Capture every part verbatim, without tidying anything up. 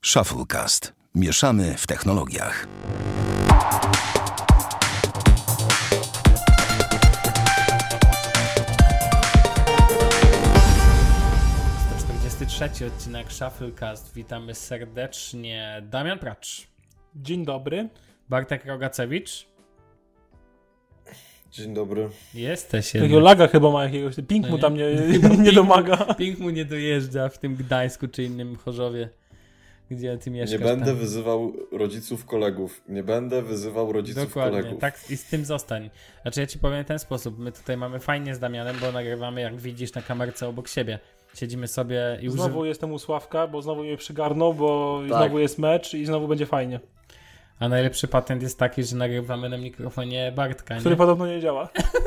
Shufflecast. Mieszamy w technologiach. sto czterdziesty trzeci odcinek Shufflecast. Witamy serdecznie. Damian Pracz. Dzień dobry. Bartek Rogacewicz. Dzień dobry. Jesteś Takiego laga chyba ma jakiegoś. Ping mu tam nie, nie domaga. Ping mu nie dojeżdża w tym Gdańsku czy innym Chorzowie, gdzie ty mieszkasz. Nie będę tam. wyzywał rodziców kolegów. Nie będę wyzywał rodziców Dokładnie, kolegów. tak i z tym zostań. Znaczy ja ci powiem w ten sposób. My tutaj mamy fajnie z Damianem, bo nagrywamy, jak widzisz, na kamerce obok siebie. Siedzimy sobie i Znowu używ... jestem u Sławka, bo znowu mnie przygarnął, bo Tak. znowu jest mecz i znowu będzie fajnie. A najlepszy patent jest taki, że nagrywamy na mikrofonie Bartka, Który nie? podobno nie działa.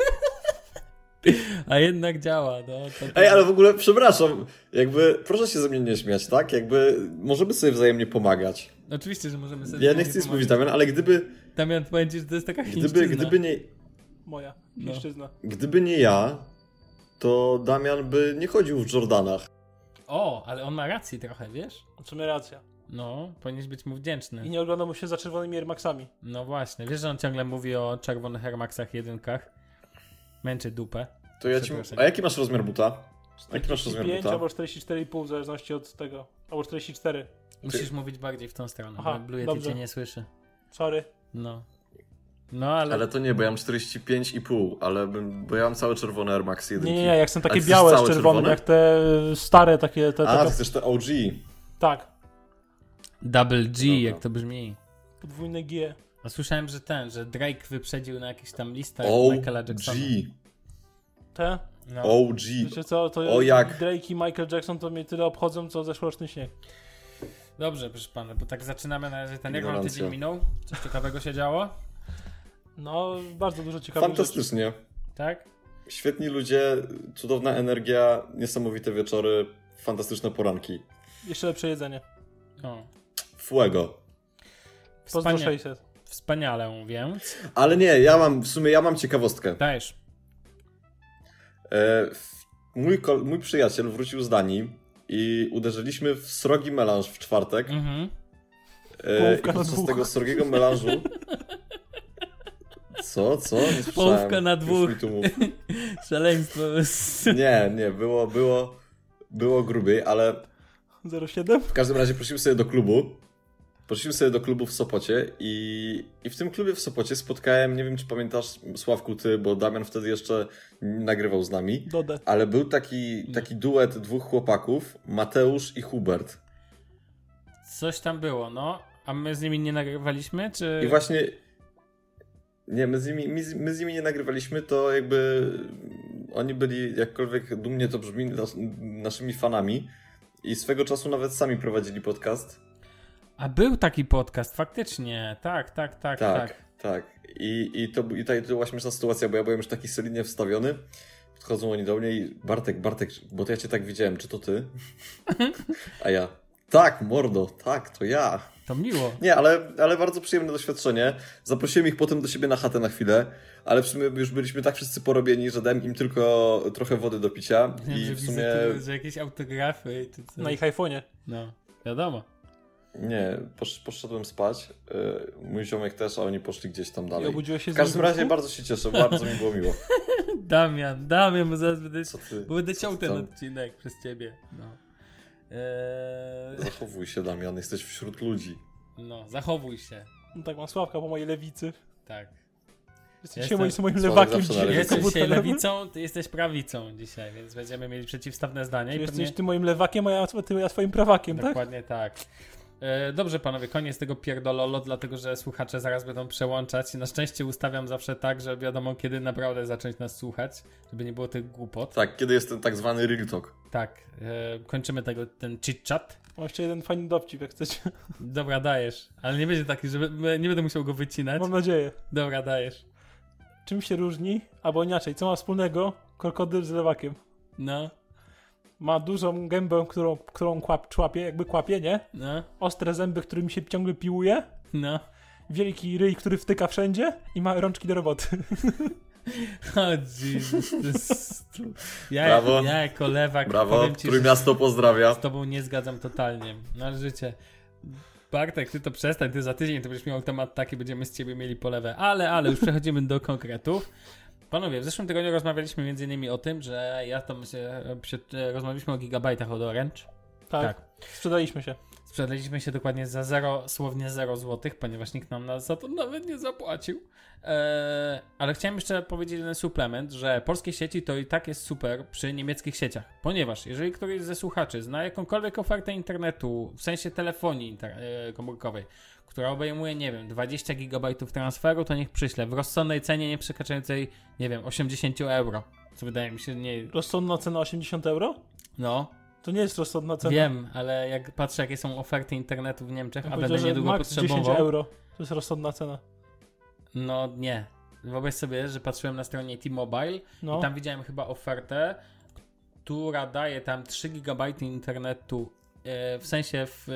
A jednak działa, no. To, to... Ej, ale w ogóle przepraszam, jakby proszę się ze mnie nie śmiać, tak? Jakby możemy sobie wzajemnie pomagać. Oczywiście, że możemy sobie... Ja nie chcę nic mówić, Damian, ale gdyby... Damian, powiem ci, że to jest taka chińszczyzna. Gdyby, gdyby nie... Moja No. mężczyzna. Gdyby nie ja, to Damian by nie chodził w Jordanach. O, ale on ma rację trochę, wiesz? W sumie racja. No, powinieneś być mu wdzięczny. I nie ogląda mu się za czerwonymi Air Maxami. No właśnie, wiesz, że on ciągle mówi o czerwonych Air Maxach jedynkach? Męczy dupę. To ja ci... A jaki masz rozmiar buta? Jaki masz rozmiar pięć buta? albo czterdzieści cztery i pół w zależności od tego. Albo czterdzieści cztery. Musisz mówić bardziej w tą stronę, Aha, bo Blue Yeti dobrze. cię nie słyszy. Sorry. No. No, ale... Ale to nie, bo ja mam czterdzieści pięć i pół, ale bym, bo ja mam całe czerwone Air Max jedynki. Nie, nie, nie, jak są A takie ty chcesz białe z całe czerwonym, czerwone? jak te stare takie... Te, A, te, ty chcesz te O G. Tak. Double G, Dobra. jak to brzmi. Podwójne G. A słyszałem, że ten, że Drake wyprzedził na jakichś tam listach O Michaela Jacksona. G. Te? No. O G. Wiecie co, to O jak? Drake i Michael Jackson to mnie tyle obchodzą, co zeszłoroczny śnieg. Dobrze, proszę pana, bo tak zaczynamy na razie ten. Jak wam Ignorancja. tydzień minął? Coś ciekawego się działo? No, bardzo dużo ciekawych rzeczy. Fantastycznie. Tak? Świetni ludzie, cudowna energia, niesamowite wieczory, fantastyczne poranki. Jeszcze lepsze jedzenie. O. Fuego. Pozdro Wspania- sześćset. Wspaniale, więc. Ale nie, ja mam, w sumie ja mam ciekawostkę. Dajesz. E, f- mój, kol- mój przyjaciel wrócił z Danii i uderzyliśmy w srogi melanż w czwartek. Mhm. E, Połówka I na podczas dwóch. tego srogiego melanżu... Co? Co? Nie słyszałem. Połówka na Już dwóch. mi tu mów. Szaleństwo. Nie, nie, było, było, było grubiej, ale zero siedem? w każdym razie poszliśmy sobie do klubu. Poszliśmy sobie do klubu w Sopocie i, i w tym klubie w Sopocie spotkałem, nie wiem czy pamiętasz, Sławku, ty, bo Damian wtedy jeszcze nagrywał z nami, Dodę. ale był taki, taki duet dwóch chłopaków, Mateusz i Hubert. Coś tam było, no. A my z nimi nie nagrywaliśmy, czy. I właśnie, nie, my z nimi, my, z- my z nimi nie nagrywaliśmy, to jakby oni byli, jakkolwiek dumnie to brzmi, nas, naszymi fanami i swego czasu nawet sami prowadzili podcast. A był taki podcast, faktycznie. Tak, tak, tak, tak. Tak, tak. I, i, to, i to, to była śmieszna sytuacja, bo ja byłem już taki solidnie wstawiony. Podchodzą oni do mnie i Bartek, Bartek, bo to ja cię tak widziałem, czy to ty? A ja, tak, mordo, tak, to ja. To miło. Nie, ale, ale bardzo przyjemne doświadczenie. Zaprosiłem ich potem do siebie na chatę na chwilę, ale w sumie już byliśmy tak wszyscy porobieni, że dałem im tylko trochę wody do picia Wiem, i że w widzę sumie... tu, że jakieś autografy czy coś. Na ich iPhone'ie. No, wiadomo. Nie, posz, poszedłem spać, yy, mój ziomek też, a oni poszli gdzieś tam I dalej. obudziłeś się W z każdym nimi razie łóżku? bardzo się cieszę, bardzo mi było miło. Damian, Damian, bo zaraz będę, Co ty? bo będę ciął ten tam? odcinek przez ciebie. No. Eee, Zachowuj się, Damian, jesteś wśród ludzi. no, zachowuj się. No tak, mam Sławka po mojej lewicy. Tak. Jesteś Jestem- moim, moim Sławek lewakiem zawsze na dzisiaj. lewicy. Jesteś dzisiaj komputerem. lewicą, ty jesteś prawicą dzisiaj, więc będziemy mieli przeciwstawne zdania. Czyli I jesteś pewnie... ty moim lewakiem, a ja, ty ja swoim prawakiem, tak? Dokładnie tak. E, Dobrze panowie, koniec tego pierdololo, dlatego że słuchacze zaraz będą przełączać. Na szczęście ustawiam zawsze tak, że wiadomo kiedy naprawdę zacząć nas słuchać, żeby nie było tych głupot. Tak, kiedy jest ten tak zwany real talk. Tak, e, kończymy tego, ten chit-chat. Mam jeszcze jeden fajny dowcip, jak chcecie. Dobra, dajesz, ale nie będzie taki, że nie będę musiał go wycinać. Mam nadzieję. Dobra, dajesz. Czym się różni, albo inaczej, co ma wspólnego krokodyl z lewakiem? No, Ma dużą gębę, którą, którą kłap, człapie, jakby kłapie, nie? no, Ostre zęby, którymi się ciągle piłuje. no. Wielki ryj, który wtyka wszędzie i ma rączki do roboty. O Jezus, to jest... ja, Brawo. ja jako lewak Brawo, powiem ci, że Trójmiasto pozdrawia. z tobą nie zgadzam totalnie. No ale życie. Bartek, ty to przestań, ty za tydzień to będziesz miał temat taki, będziemy z ciebie mieli polewę. Ale, ale, już przechodzimy do konkretów. Panowie, w zeszłym tygodniu rozmawialiśmy między innymi o tym, że ja tam się, się rozmawialiśmy o gigabajtach od Orange. Tak, Tak. sprzedaliśmy się. Sprzedaliśmy się dokładnie za zero, słownie zero złotych, ponieważ nikt nam nas za to nawet nie zapłacił. Eee, ale chciałem jeszcze powiedzieć jeden suplement, że polskie sieci to i tak jest super przy niemieckich sieciach. Ponieważ jeżeli któryś ze słuchaczy zna jakąkolwiek ofertę internetu, w sensie telefonii inter- e, komórkowej, która obejmuje, nie wiem, dwadzieścia gigabajtów transferu, to niech przyśle w rozsądnej cenie nie przekraczającej, nie wiem, osiemdziesiąt euro. Co wydaje mi się nie... Rozsądna cena osiemdziesiąt euro? No. To nie jest rozsądna cena. Wiem, ale jak patrzę, jakie są oferty internetu w Niemczech, Ja a będę niedługo max potrzebował... dziesięć euro. To jest rozsądna cena. No nie. Wyobraź sobie, że patrzyłem na stronie T-Mobile No. i tam widziałem chyba ofertę, która daje tam trzy gigabajty internetu e, w sensie w, e,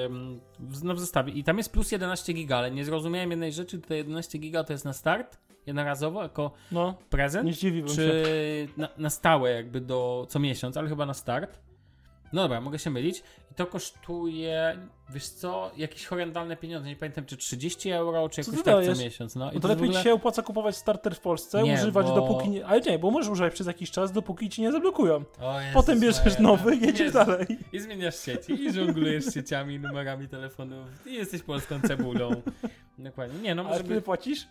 w, no w zestawie i tam jest plus jedenaście giga, ale nie zrozumiałem jednej rzeczy, to jedenaście giga to jest na start, jednorazowo, jako No, prezent, nie zdziwiłbym czy się. na, na stałe jakby do co miesiąc, ale chyba na start. No dobra, mogę się mylić. I to kosztuje, wiesz co, jakieś horrendalne pieniądze. Nie pamiętam, czy trzydzieści euro, czy Co jakoś ty tak dajesz? co miesiąc. No, i No to to jest w lepiej ogóle... ci się opłaca kupować starter w Polsce, Nie, używać bo- dopóki nie... Ale nie, bo możesz używać przez jakiś czas, dopóki ci nie zablokują. O Jezus Potem bierzesz Maria, nowy no. i jedziesz Jezu. dalej. I zmieniasz sieci, i żonglujesz sieciami, numerami telefonów, i jesteś polską cebulą. Dokładnie. Nie, no Ale może wtedy by... płacisz?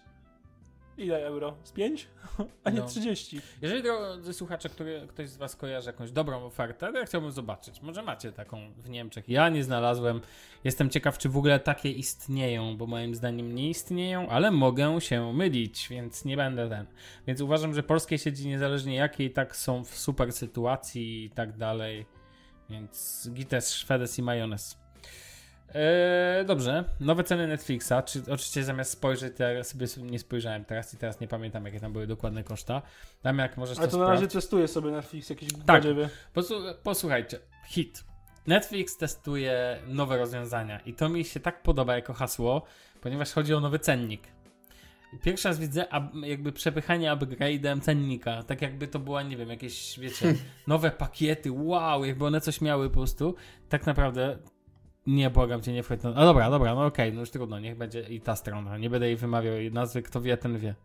Ile euro? Z pięć? A nie No. trzydzieści. Jeżeli, drodzy słuchacze, który, ktoś z was kojarzy jakąś dobrą ofertę, to ja chciałbym zobaczyć. Może macie taką w Niemczech. Ja nie znalazłem. Jestem ciekaw, czy w ogóle takie istnieją, bo moim zdaniem nie istnieją, ale mogę się mylić, więc nie będę ten. Więc uważam, że polskie sieci, niezależnie jakiej, tak są w super sytuacji i tak dalej. Więc gites, szwedes i majonez. Eee, dobrze, nowe ceny Netflixa, czy oczywiście zamiast spojrzeć, to ja sobie nie spojrzałem teraz i teraz nie pamiętam, jakie tam były dokładne koszta. Tam jak możesz Ale to to na razie sprawdzić. testuję sobie Netflix jakieś Tak. badziewy. Posłu- posłuchajcie, hit. Netflix testuje nowe rozwiązania i to mi się tak podoba jako hasło, ponieważ chodzi o nowy cennik. Pierwszy raz widzę ab- jakby przepychanie upgrade'em cennika, tak jakby to była, nie wiem, jakieś, wiecie, nowe pakiety, wow, jakby one coś miały po prostu. Tak naprawdę nie, błagam cię, nie wchodź na... No dobra, dobra, no okej, no już trudno, niech będzie i ta strona, nie będę jej wymawiał jej nazwy, kto wie, ten wie.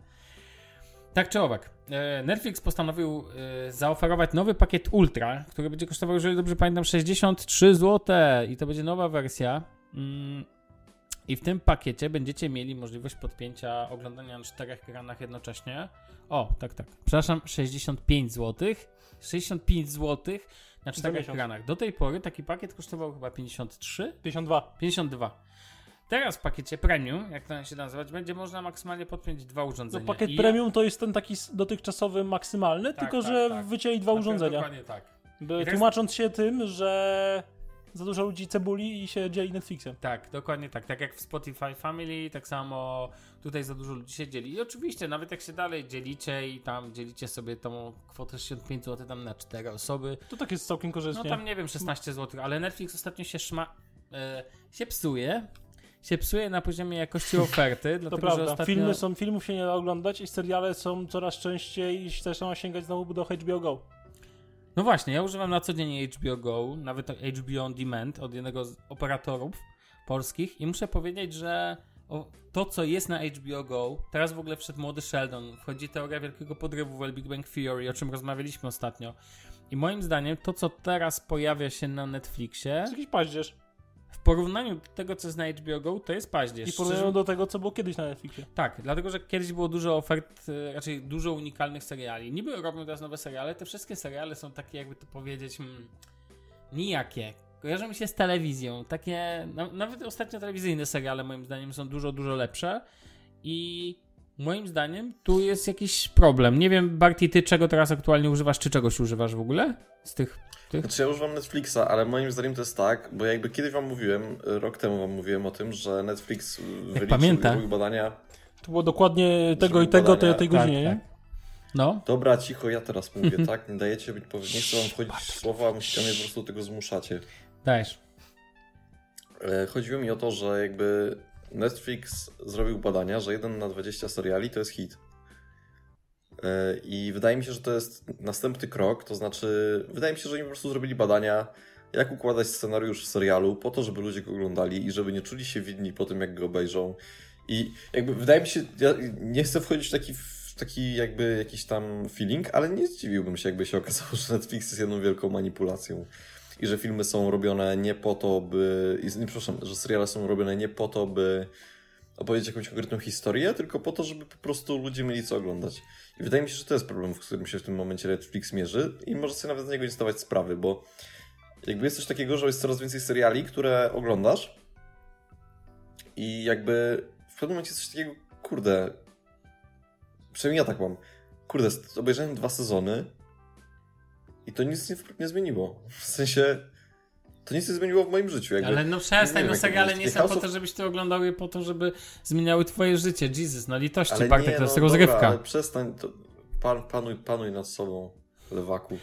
Tak czy owak, e, Netflix postanowił e, zaoferować nowy pakiet Ultra, który będzie kosztował, jeżeli dobrze pamiętam, sześćdziesiąt trzy złote i to będzie nowa wersja. Mm, I w tym pakiecie będziecie mieli możliwość podpięcia oglądania na czterech ekranach jednocześnie. O, tak, tak, przepraszam, sześćdziesiąt pięć złotych. sześćdziesiąt pięć złotych na czterech miesiąc. ekranach. Do tej pory taki pakiet kosztował chyba pięćdziesiąt trzy, pięćdziesiąt dwa. pięćdziesiąt dwa. Teraz w pakiecie premium, jak to się nazywać, będzie można maksymalnie podpiąć dwa No urządzenia. pakiet I premium to jest ten taki s- dotychczasowy maksymalny, Tak, tylko tak, że tak. wycięli dwa Na pewno urządzenia. Dokładnie tak. By, I teraz- tłumacząc się tym, że za dużo ludzi cebuli i się dzieli Netflixem. Tak, dokładnie tak. Tak jak w Spotify Family, tak samo tutaj za dużo ludzi się dzieli. I oczywiście, nawet jak się dalej dzielicie i tam dzielicie sobie tą kwotę sześćdziesiąt pięć złotych tam na cztery osoby, To tak jest całkiem no korzystnie. tam nie wiem, szesnaście złotych, ale Netflix ostatnio się szma... E, się psuje. Się psuje na poziomie jakości oferty, To dlatego, prawda, że ostatnio... filmy są, filmów się nie da oglądać i seriale są coraz częściej zaczynają sięgać znowu do H B O Go. No właśnie, ja używam na co dzień H B O Go, nawet H B O On Demand od jednego z operatorów polskich i muszę powiedzieć, że o, to co jest na H B O Go, teraz w ogóle wszedł młody Sheldon, wchodzi teoria wielkiego podrywu w Big Bang Theory, o czym rozmawialiśmy ostatnio i moim zdaniem to co teraz pojawia się na Netflixie, To jest jakiś paździerz. w porównaniu do tego co jest na H B O Go, to jest paździerz. I porównują Szczerze- do tego, co było kiedyś na Netflixie. Tak, dlatego, że kiedyś było dużo ofert, e, raczej dużo unikalnych seriali. Niby robią teraz nowe seriale, te wszystkie seriale są takie, jakby to powiedzieć, hmm, nijakie. Kojarzą mi się z telewizją. Takie, na, nawet ostatnio telewizyjne seriale moim zdaniem są dużo, dużo lepsze i moim zdaniem tu jest jakiś problem. Nie wiem, Barty, ty czego teraz aktualnie używasz, czy czegoś używasz w ogóle z tych... tych? Znaczy ja używam Netflixa, ale moim zdaniem to jest tak, bo jakby kiedyś wam mówiłem, rok temu wam mówiłem o tym, że Netflix wyliczył pamięta. zrobił badania. To było dokładnie tego Żeby i tego, badania- tej, tej godzinie, tak, nie? No, Dobra, cicho, ja teraz mówię, tak? Nie dajecie być powie... Nie chcę wam wchodzić w słowa, musicie mnie po prostu do tego zmuszacie. dajesz. E, Chodziło mi o to, że jakby Netflix zrobił badania, że jeden na dwadzieścia seriali to jest hit. I wydaje mi się, że to jest następny krok, to znaczy wydaje mi się, że oni po prostu zrobili badania, jak układać scenariusz serialu po to, żeby ludzie go oglądali i żeby nie czuli się winni po tym, jak go obejrzą. I jakby wydaje mi się, ja nie chcę wchodzić w taki, w taki jakby jakiś tam feeling, ale nie zdziwiłbym się, jakby się okazało, że Netflix jest jedną wielką manipulacją. I że filmy są robione nie po to, by... Nie, przepraszam, że seriale są robione nie po to, by opowiedzieć jakąś konkretną historię, tylko po to, żeby po prostu ludzie mieli co oglądać. I wydaje mi się, że to jest problem, w którym się w tym momencie Netflix mierzy i może sobie nawet z niego nie zdawać sprawy, bo jakby jest coś takiego, że jest coraz więcej seriali, które oglądasz i jakby w pewnym momencie jest coś takiego, kurde, przynajmniej ja tak mam, kurde, obejrzałem dwa sezony i to nic nie, nie zmieniło. W sensie, to nic nie zmieniło w moim życiu. Jakby, ale no przestań, no seriale nie są po of... to, żebyś ty oglądał je po to, żeby zmieniały twoje życie. Jesus, no litości, ale Bartek, nie, to jest no rozrywka. Dobra, ale przestań, to pan, panuj, panuj nad sobą, lewaku.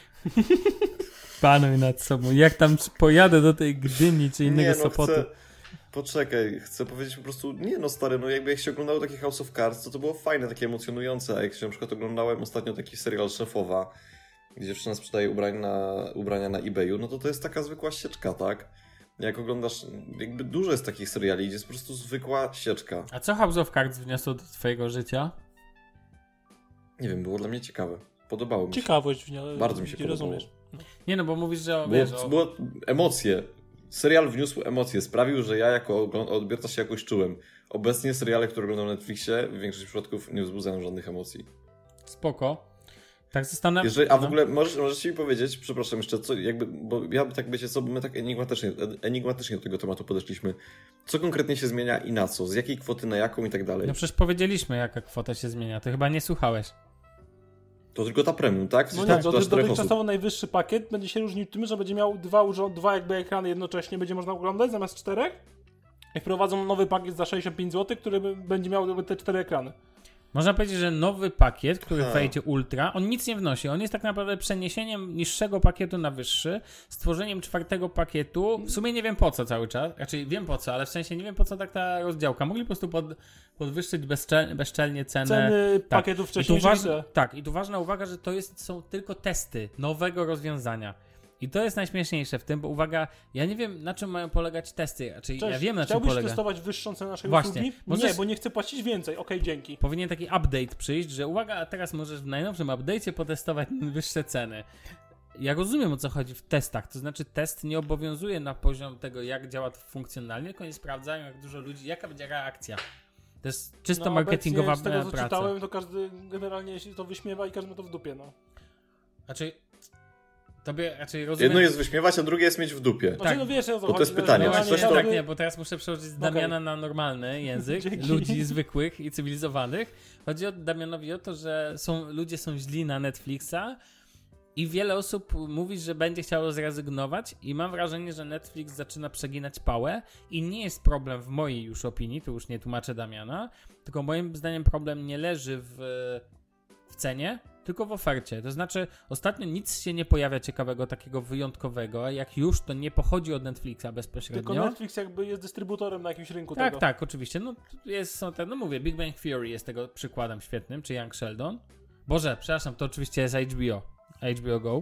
Panuj nad sobą. Jak tam pojadę do tej Gdyni czy innego nie, no, Sopotu. Chcę... Poczekaj, chcę powiedzieć po prostu, nie no stary, no jakby jak się oglądało takie House of Cards, to to było fajne, takie emocjonujące, a jak się na przykład oglądałem ostatnio taki serial Szefowa, gdzie dziewczyna sprzedaje ubrań na, ubrania na eBayu, no to to jest taka zwykła sieczka, tak? Jak oglądasz, jakby dużo jest takich seriali, gdzie jest po prostu zwykła sieczka. A co House of Cards wniosło do twojego życia? Nie wiem, było dla mnie ciekawe. Podobało mi się. Ciekawość w nie, Bardzo mi się podobało. rozumiesz. No. Nie no, bo mówisz, że... Było, Wiesz, o... było emocje. Serial wniósł emocje. Sprawił, że ja jako odbiorca się jakoś czułem. Obecnie seriale, które oglądam na Netflixie, w większości przypadków nie wzbudzają żadnych emocji. Spoko. Tak zastanawiam Jeżeli, a w ogóle możesz, możecie mi powiedzieć, przepraszam jeszcze, co jakby, bo ja tak wiecie co, my tak enigmatycznie, enigmatycznie do tego tematu podeszliśmy. Co konkretnie się zmienia i na co? Z jakiej kwoty na jaką i tak dalej? No przecież powiedzieliśmy, jaka kwota się zmienia. Ty chyba nie słuchałeś. To tylko ta premium, tak? W No sensie nie, dla to czterech dotychczasowo osób. najwyższy pakiet będzie się różnił tym, że będzie miał dwa, urząd, dwa jakby ekrany jednocześnie, będzie można oglądać zamiast czterech. I wprowadzą nowy pakiet za sześćdziesiąt pięć złotych, który będzie miał te cztery ekrany. Można powiedzieć, że nowy pakiet, który Ha. wejdzie Ultra, on nic nie wnosi. On jest tak naprawdę przeniesieniem niższego pakietu na wyższy, stworzeniem czwartego pakietu. W sumie nie wiem po co cały czas. Znaczy wiem po co, ale w sensie nie wiem po co tak ta rozdziałka. Mogli po prostu pod, podwyższyć bezczel, bezczelnie cenę. Ceny tak. pakietów I tu wcześniejszych. ważna, tak, i tu ważna uwaga, że to jest, są tylko testy nowego rozwiązania. I to jest najśmieszniejsze w tym, bo uwaga, ja nie wiem, na czym mają polegać testy. Znaczy, Cześć, ja wiem, na czym chciałbyś polega. testować wyższą cenę naszej Właśnie. usługi? Możesz- Nie, bo nie chcę płacić więcej. Okej, dzięki. Powinien taki update przyjść, że uwaga, a teraz możesz w najnowszym update'cie potestować wyższe ceny. Ja rozumiem, o co chodzi w testach, to znaczy test nie obowiązuje na poziom tego, jak działa to funkcjonalnie, tylko oni sprawdzają, jak dużo ludzi, jaka będzie reakcja. To jest czysto No, marketingowa obecnie z tego, co praca. czytałem, to każdy generalnie się to wyśmiewa i każdy ma to w dupie, no. Znaczy, tobie raczej rozumiem... Jedno jest wyśmiewać, a drugie jest mieć w dupie. Znaczy, Tak. no wiesz, o co Bo to jest chodzi, pytanie, no, czy No, że coś nie, to- tak, nie, bo teraz muszę przełożyć z Damiana Okej. na normalny język Dzięki. ludzi zwykłych i cywilizowanych. Chodzi o Damianowi o to, że są, ludzie są źli na Netflixa i wiele osób mówi, że będzie chciało zrezygnować i mam wrażenie, że Netflix zaczyna przeginać pałę i nie jest problem w mojej już opinii, tu już nie tłumaczę Damiana, tylko moim zdaniem problem nie leży w, w cenie, tylko w ofercie. To znaczy ostatnio nic się nie pojawia ciekawego, takiego wyjątkowego, a jak już, to nie pochodzi od Netflixa bezpośrednio. Tylko Netflix jakby jest dystrybutorem na jakimś rynku Tak, tego. tak, oczywiście. No jest, są te, no mówię, Big Bang Theory jest tego przykładem świetnym, czy Young Sheldon. Boże, przepraszam, to oczywiście jest H B O. H B O Go.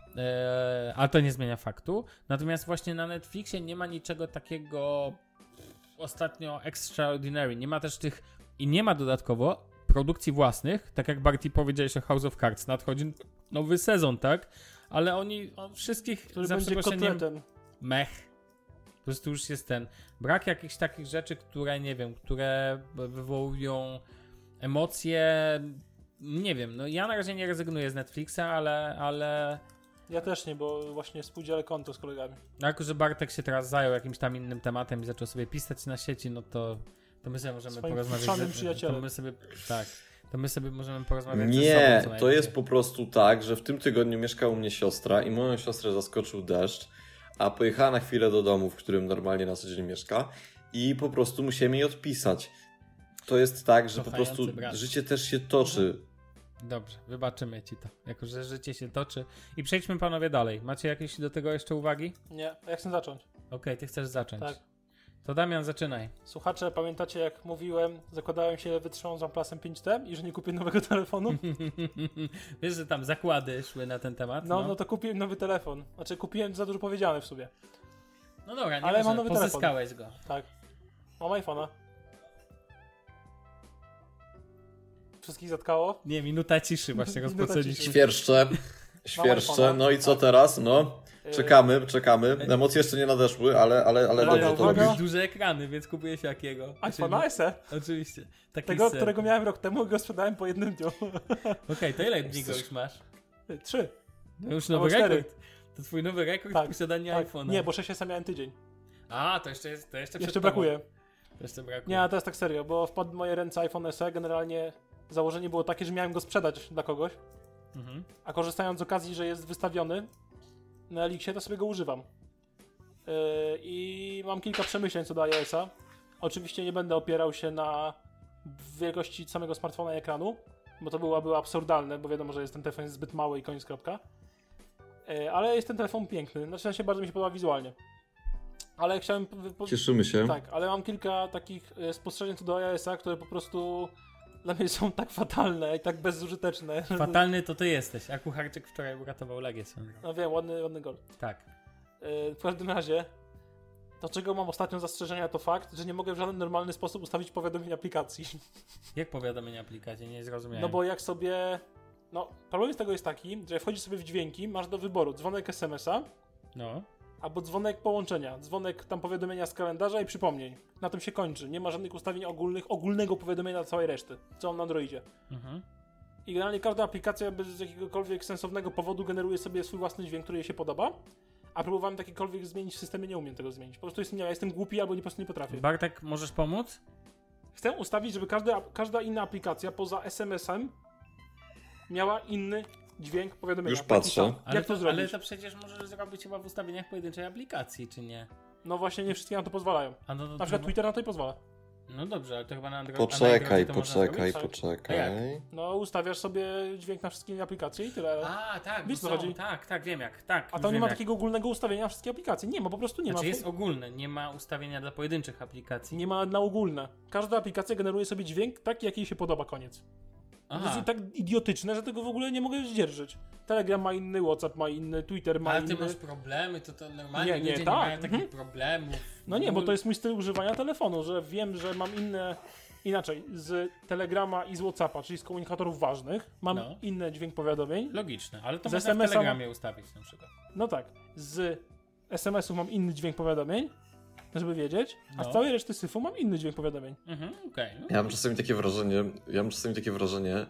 Eee, ale to nie zmienia faktu. Natomiast właśnie na Netflixie nie ma niczego takiego ostatnio extraordinary. Nie ma też tych i nie ma dodatkowo produkcji własnych, tak jak Barty powiedziałeś o House of Cards. Nadchodzi nowy sezon, tak? Ale oni o wszystkich Który za będzie przeproszeniem, kotletem. mech. Po prostu już jest ten brak jakichś takich rzeczy, które nie wiem, które wywołują emocje. Nie wiem, no ja na razie nie rezygnuję z Netflixa, ale, ale Ja też nie, bo właśnie współdzielę konto z kolegami. jako, że Bartek się teraz zajął jakimś tam innym tematem i zaczął sobie pisać na sieci, no to, to my sobie możemy Swoim porozmawiać. szanym ze- przyjacielem. To my sobie, tak, to my sobie możemy porozmawiać ze Nie, sobą. co to najwyżej. jest po prostu tak, że w tym tygodniu mieszkała u mnie siostra i moją siostrę zaskoczył deszcz, a pojechała na chwilę do domu, w którym normalnie na co dzień mieszka i po prostu musiałem jej odpisać. To jest tak, że po Kochający prostu brat. życie też się toczy. Dobrze, wybaczymy ci to, jako że życie się toczy. I przejdźmy panowie dalej. Macie jakieś do tego jeszcze uwagi? Nie, a jak chcę zacząć? Okej, ty chcesz zacząć. Tak. To Damian, zaczynaj. Słuchacze, pamiętacie jak mówiłem, zakładałem się wytrzymał z OnePlusem pięć T i że nie kupię nowego telefonu? Wiesz, że tam zakłady szły na ten temat? No, no, no to kupiłem nowy telefon. Znaczy kupiłem za dużo powiedziane w sobie. No dobra, nie Ale może, mam nowy pozyskałeś telefon. go. Tak. Mam iPhone'a. Wszystkich zatkało? Nie, minuta ciszy właśnie Minuta rozpoczęliśmy. ciszy. Świerszcze, świerszcze, iPhone'a. no i co Tak. teraz? No, Yy, czekamy, czekamy. Emocje jeszcze nie nadeszły, ale, ale, ale Uwaga, dobrze to uwaga. robisz. Duże ekrany, więc kupujesz jakiego? iPhone'a S E. Oczywiście. Taki Tego, ser. którego miałem rok temu i go sprzedałem po jednym dniu. Okej, to ile dni go już masz? Trzy. No już Albo nowy cztery. rekord. To twój nowy rekord Tak, w posiadaniu Tak. iPhone'a. Nie, bo sześć S E miałem tydzień. A, to jeszcze jest, to jeszcze przed Jeszcze tobą. brakuje. To jeszcze brakuje. Nie, a to jest tak serio, bo wpadł w moje ręce iPhone S E. Generalnie założenie było takie, że miałem go sprzedać dla kogoś, Mhm. a korzystając z okazji, że jest wystawiony na Elixie, to sobie go używam. Yy, I mam kilka przemyśleń co do iOS-a. Oczywiście nie będę opierał się na wielkości samego smartfona i ekranu, bo to byłoby absurdalne, bo wiadomo, że jest ten telefon jest zbyt mały i koniec kropka. Yy, ale jest ten telefon piękny, znaczy się bardzo mi się podoba wizualnie. Ale chciałem... Po... Cieszymy się. Tak, ale mam kilka takich e, spostrzeżeń co do iOS-a, które po prostu dla mnie są tak fatalne i tak bezużyteczne. Fatalny to ty jesteś, a Kucharczyk wczoraj uratował Legię swoją drogą. No wiem, ładny, ładny gol. Tak. E, w każdym razie, to czego mam ostatnio zastrzeżenia to fakt, że nie mogę w żaden normalny sposób ustawić powiadomień aplikacji. Jak powiadomienie aplikacji? Nie zrozumiałem. No bo jak sobie... No, problem z tego jest taki, że jak wchodzisz sobie w dźwięki, masz do wyboru dzwonek es em es a, No. albo dzwonek połączenia, dzwonek tam powiadomienia z kalendarza i przypomnień. Na tym się kończy. Nie ma żadnych ustawień ogólnych, ogólnego powiadomienia dla całej reszty, co mam na Androidzie. Mhm. I generalnie każda aplikacja bez jakiegokolwiek sensownego powodu generuje sobie swój własny dźwięk, który jej się podoba, a próbowałem takikolwiek zmienić w systemie, nie umiem tego zmienić. Po prostu jestem, nie, ja jestem głupi albo nie, po prostu nie potrafię. Bartek, możesz pomóc? Chcę ustawić, żeby każda, każda inna aplikacja poza es em es em miała inny dźwięk powiadomienia. Już Taki patrzę. sam. Ale Jak to, zrobić? Ale to przecież możesz zrobić chyba w ustawieniach pojedynczej aplikacji, czy nie? No właśnie, nie wszystkie na to pozwalają. A no, to Na przykład to- Twitter na to nie pozwala. No dobrze, ale to chyba na Andro- Poczekaj, to można poczekaj, zrobić? poczekaj. No, ustawiasz sobie dźwięk na wszystkie aplikacje i tyle. A, tak, Wiesz, bo co są, chodzi? tak, tak, wiem jak, tak. A już tam nie wiem ma jak. takiego ogólnego ustawienia na wszystkie aplikacje. Nie ma, po prostu nie Znaczy ma. jest ogólne, nie ma ustawienia dla pojedynczych aplikacji. Nie ma na ogólne. Każda aplikacja generuje sobie dźwięk taki, jaki jej się podoba, koniec. To Aha, jest tak idiotyczne, że tego w ogóle nie mogę zdzierżyć. Telegram ma inny, WhatsApp ma inny, Twitter ma ale ty inny. masz problemy, to to normalnie Nie, nie, ludzie tak. nie mają takich Mhm. problemów. No nie, bo to jest mój styl używania telefonu, że wiem, że mam inne... Inaczej, z Telegrama i z WhatsAppa, czyli z komunikatorów ważnych, mam No. inny dźwięk powiadomień. Logiczne, ale to Z można w es em es a Telegramie ustawić na przykład. No tak, z es em esów mam inny dźwięk powiadomień, żeby wiedzieć, a No. z całej reszty syfu mam inny dźwięk powiadomień. Mhm, okej. no. Ja mam czasami takie wrażenie, ja mam czasami takie wrażenie,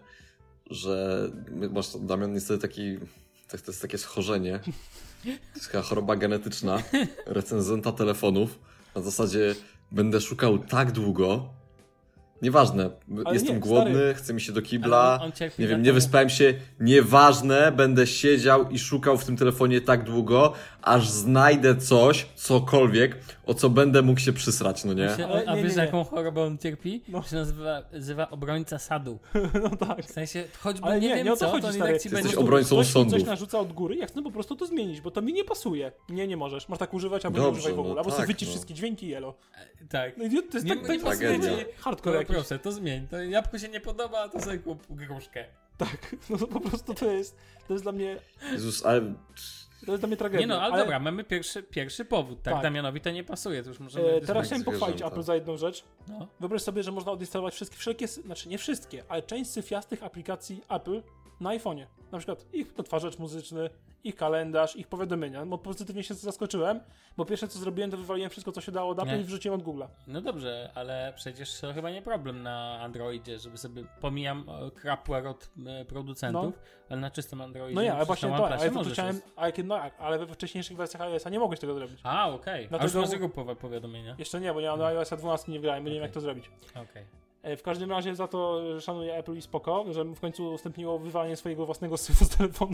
że masz, Damian, niestety taki, to to jest takie schorzenie, to jest chyba choroba genetyczna recenzenta telefonów, na zasadzie będę szukał tak długo, nieważne, Ale jestem nie, głodny, stary. chce mi się do Ale kibla, on- on cierpi nie wiem, na nie to- wyspałem się, nieważne, będę siedział i szukał w tym telefonie tak długo, aż znajdę coś, cokolwiek, o co będę mógł się przysrać, no nie? Się, Ale a nie, wiesz, nie, nie. jaką chorobę on cierpi? No. To się nazywa, nazywa obrońca sadu. No tak. W sensie, choćby Ale nie, nie, wiem nie o to co, chodzi, to i stary. tak ci Ty będzie... jesteś obrońcą ktoś mi sądu. coś narzuca od góry, ja chcę po prostu to zmienić, bo to mi nie pasuje. Nie, nie możesz. Masz tak używać, albo nie Dobrze, używaj w ogóle. no Albo tak, sobie wycisz no. wszystkie dźwięki i elo. Tak. No idiot, to jest Nie- tak, nie tak pasuje Tragedia. ci. hardcore No jakiś. proszę, to zmień. To jabłko się nie podoba, to sobie kup gruszkę. Tak, no to po prostu to jest, to jest dla mnie, Jezus, ale to jest dla mnie tragedia. Nie no, ale, dobra, mamy pierwszy, pierwszy powód, tak? Tak. Damianowi to nie pasuje, to już możemy... E, teraz dyskutować. chciałem pochwalić zwierzęta. Apple za jedną rzecz. No. Wyobraź sobie, że można odinstalować wszystkie, wszelkie, znaczy nie wszystkie, ale część syfiastych aplikacji Apple na iPhone'ie. Na przykład ich odtwarzacz muzyczny, ich kalendarz, ich powiadomienia. Bo pozytywnie się zaskoczyłem, bo pierwsze co zrobiłem, to wywaliłem wszystko, co się dało od Apple Nie. i wrzuciłem od Google'a. No dobrze, ale przecież to chyba nie problem na Androidzie, żeby sobie, pomijam e, crapware od e, producentów, ale na czystym Androidzie, No nie, ale przecież właśnie na to, OnePlusie ale to możesz chciałem, jest. a jakie, no, jak, ale we wcześniejszych wersjach iOS-a nie mogłeś tego zrobić. A, okej. A Dlatego- już masz jego powi- powiadomienia? Jeszcze nie, bo ja na iOS-a dwanaście nie wgrałem, nie wiem Okej. jak to zrobić. Okej. E, W każdym razie za to szanuję Apple i spoko, że w końcu ustępniło wywalenie swojego własnego syfu z telefonu.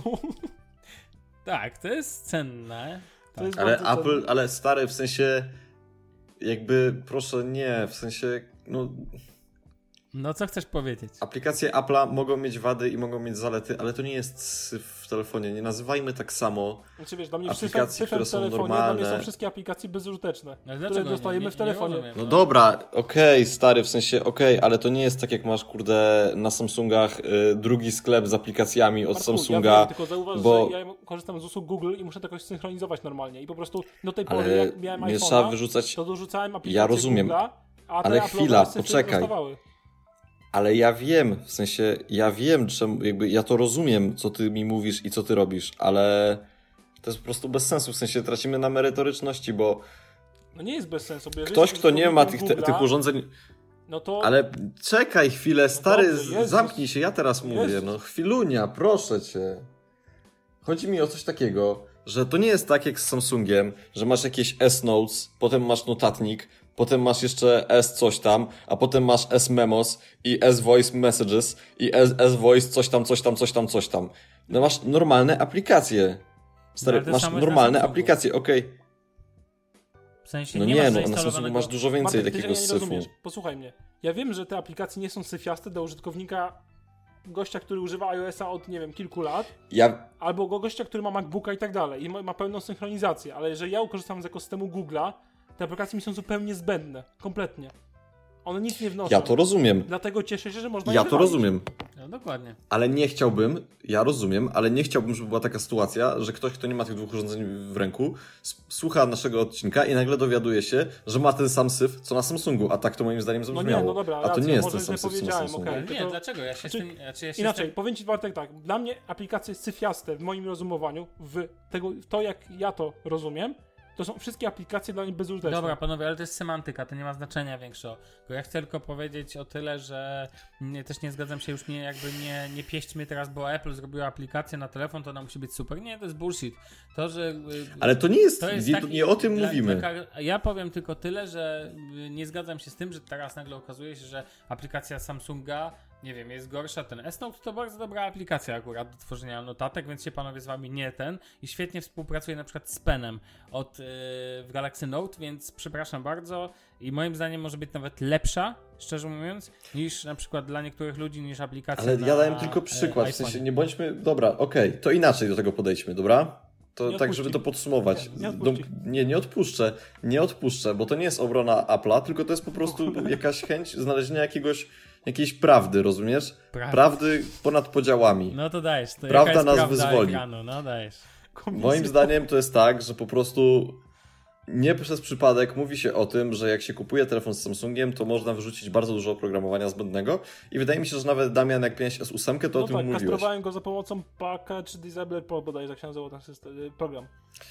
Tak, to jest cenne. To Tak. jest Ale bardzo Apple, cenne. ale stary, w sensie jakby, proszę nie, w sensie, no No co chcesz powiedzieć? Aplikacje Apple'a mogą mieć wady i mogą mieć zalety, ale to nie jest syf w telefonie. Nie nazywajmy tak samo Znaczy, wiesz, dla mnie aplikacji, syfem które w są telefonie, normalne. dla mnie są wszystkie aplikacje bezużyteczne, Ale które dlaczego dostajemy nie, nie, w telefonie. Nie rozumiem, No no. dobra, okej, okay, stary, w sensie okej, okay, ale to nie jest tak jak masz, kurde, na Samsungach y, drugi sklep z aplikacjami od Marku, Samsunga. Ja wiem, tylko zauważ, bo... że ja korzystam z usług Google i muszę to jakoś synchronizować normalnie. I po prostu do tej pory, Ale jak miałem nie trzeba iPhone'a, wyrzucać... to dorzucałem aplikację Ja rozumiem, Google'a, a te ale Apple'owe chwila, syfy poczekaj. dostawały. Ale ja wiem, w sensie, ja wiem, czemu, jakby ja to rozumiem, co ty mi mówisz i co ty robisz, ale to jest po prostu bez sensu, w sensie tracimy na merytoryczności, bo No nie jest bez sensu. Bo jeżeli ktoś, kto nie ma tych, użytkownikiem te, tych Google'a, urządzeń... no to... Ale czekaj chwilę, stary, dobrze, Jezus. zamknij się, ja teraz mówię, Jezus. no chwilunia, proszę cię. Chodzi mi o coś takiego, że to nie jest tak jak z Samsungiem, że masz jakieś S-Notes, potem masz notatnik, potem masz jeszcze S coś tam, a potem masz S-Memos i S-Voice Messages i S-Voice coś tam, coś tam, coś tam, coś tam. No masz normalne aplikacje. Stary, No, ale to masz samo jest na normalne Samsungu. aplikacje, okej. W sensie No nie, nie, masz no na Samsungu zainstalowanego... masz dużo więcej Bartek, ty takiego mnie nie syfu. rozumiesz. Posłuchaj mnie. Ja wiem, że te aplikacje nie są syfiaste dla użytkownika, gościa, który używa iOS-a od, nie wiem, kilku lat, Ja albo go gościa, który ma MacBooka i tak dalej i ma, ma pełną synchronizację, ale jeżeli ja korzystam z ekosystemu Google'a, te aplikacje mi są zupełnie zbędne. Kompletnie. One nic nie wnoszą. Ja to rozumiem. Dlatego cieszę się, że można je Ja to wywalić. rozumiem. No dokładnie. Ale nie chciałbym, ja rozumiem, ale nie chciałbym, żeby była taka sytuacja, że ktoś, kto nie ma tych dwóch urządzeń w ręku, s- słucha naszego odcinka i nagle dowiaduje się, że ma ten sam syf, co na Samsungu, a tak to moim zdaniem No zabrzmiało. nie, no dobra, a to racja, nie jest może ten sam źle syf, co na powiedziałem, Samsungu. okej. Ale nie, to- dlaczego? Ja się znaczy, z tym... Znaczy ja się Inaczej, z tym... powiem ci Bartek tak, dla mnie aplikacje syfiaste w moim rozumowaniu, w, tego, w to jak ja to rozumiem, to są wszystkie aplikacje dla mnie bezużyteczne. Dobra, panowie, ale to jest semantyka, to nie ma znaczenia większego. Ja chcę tylko powiedzieć o tyle, że nie, też nie zgadzam się, już nie jakby nie, nie pieśćmy teraz, bo Apple zrobiło aplikację na telefon, to ona musi być super. Nie, to jest bullshit. To, że... Ale to nie jest, To jest nie, taki, nie o tym dla, mówimy. Taka, ja powiem tylko tyle, że nie zgadzam się z tym, że teraz nagle okazuje się, że aplikacja Samsunga, nie wiem, jest gorsza. Ten S-Note to bardzo dobra aplikacja akurat do tworzenia notatek, więc się panowie z wami nie ten i świetnie współpracuje na przykład z Penem od yy, w Galaxy Note, więc przepraszam bardzo i moim zdaniem może być nawet lepsza, szczerze mówiąc, niż na przykład dla niektórych ludzi, niż aplikacja Ale na, ja dałem tylko przykład, e, w sensie iPhonie. nie bądźmy, dobra, okej, to inaczej do tego podejdźmy, dobra? To Nie tak, odpuści. żeby to podsumować. Nie, nie Do, odpuści. nie, nie odpuszczę, nie odpuszczę, bo to nie jest obrona Apple'a, tylko to jest po prostu jakaś chęć znalezienia jakiegoś, jakiejś prawdy, rozumiesz? Prawda. Prawdy ponad podziałami. No to dajesz. To Prawda jaka jest nas prawda wyzwoli. ekranu? No dajesz. Komisja. Moim zdaniem to jest tak, że po prostu nie przez przypadek mówi się o tym, że jak się kupuje telefon z Samsungiem, to można wyrzucić bardzo dużo oprogramowania zbędnego i wydaje mi się, że nawet Damian, jak miałeś S osiem, to No o tym tak, mówiłeś. kastrowałem go za pomocą Package Disabler Pro, bodajże jak się nazywał ten system, y, program.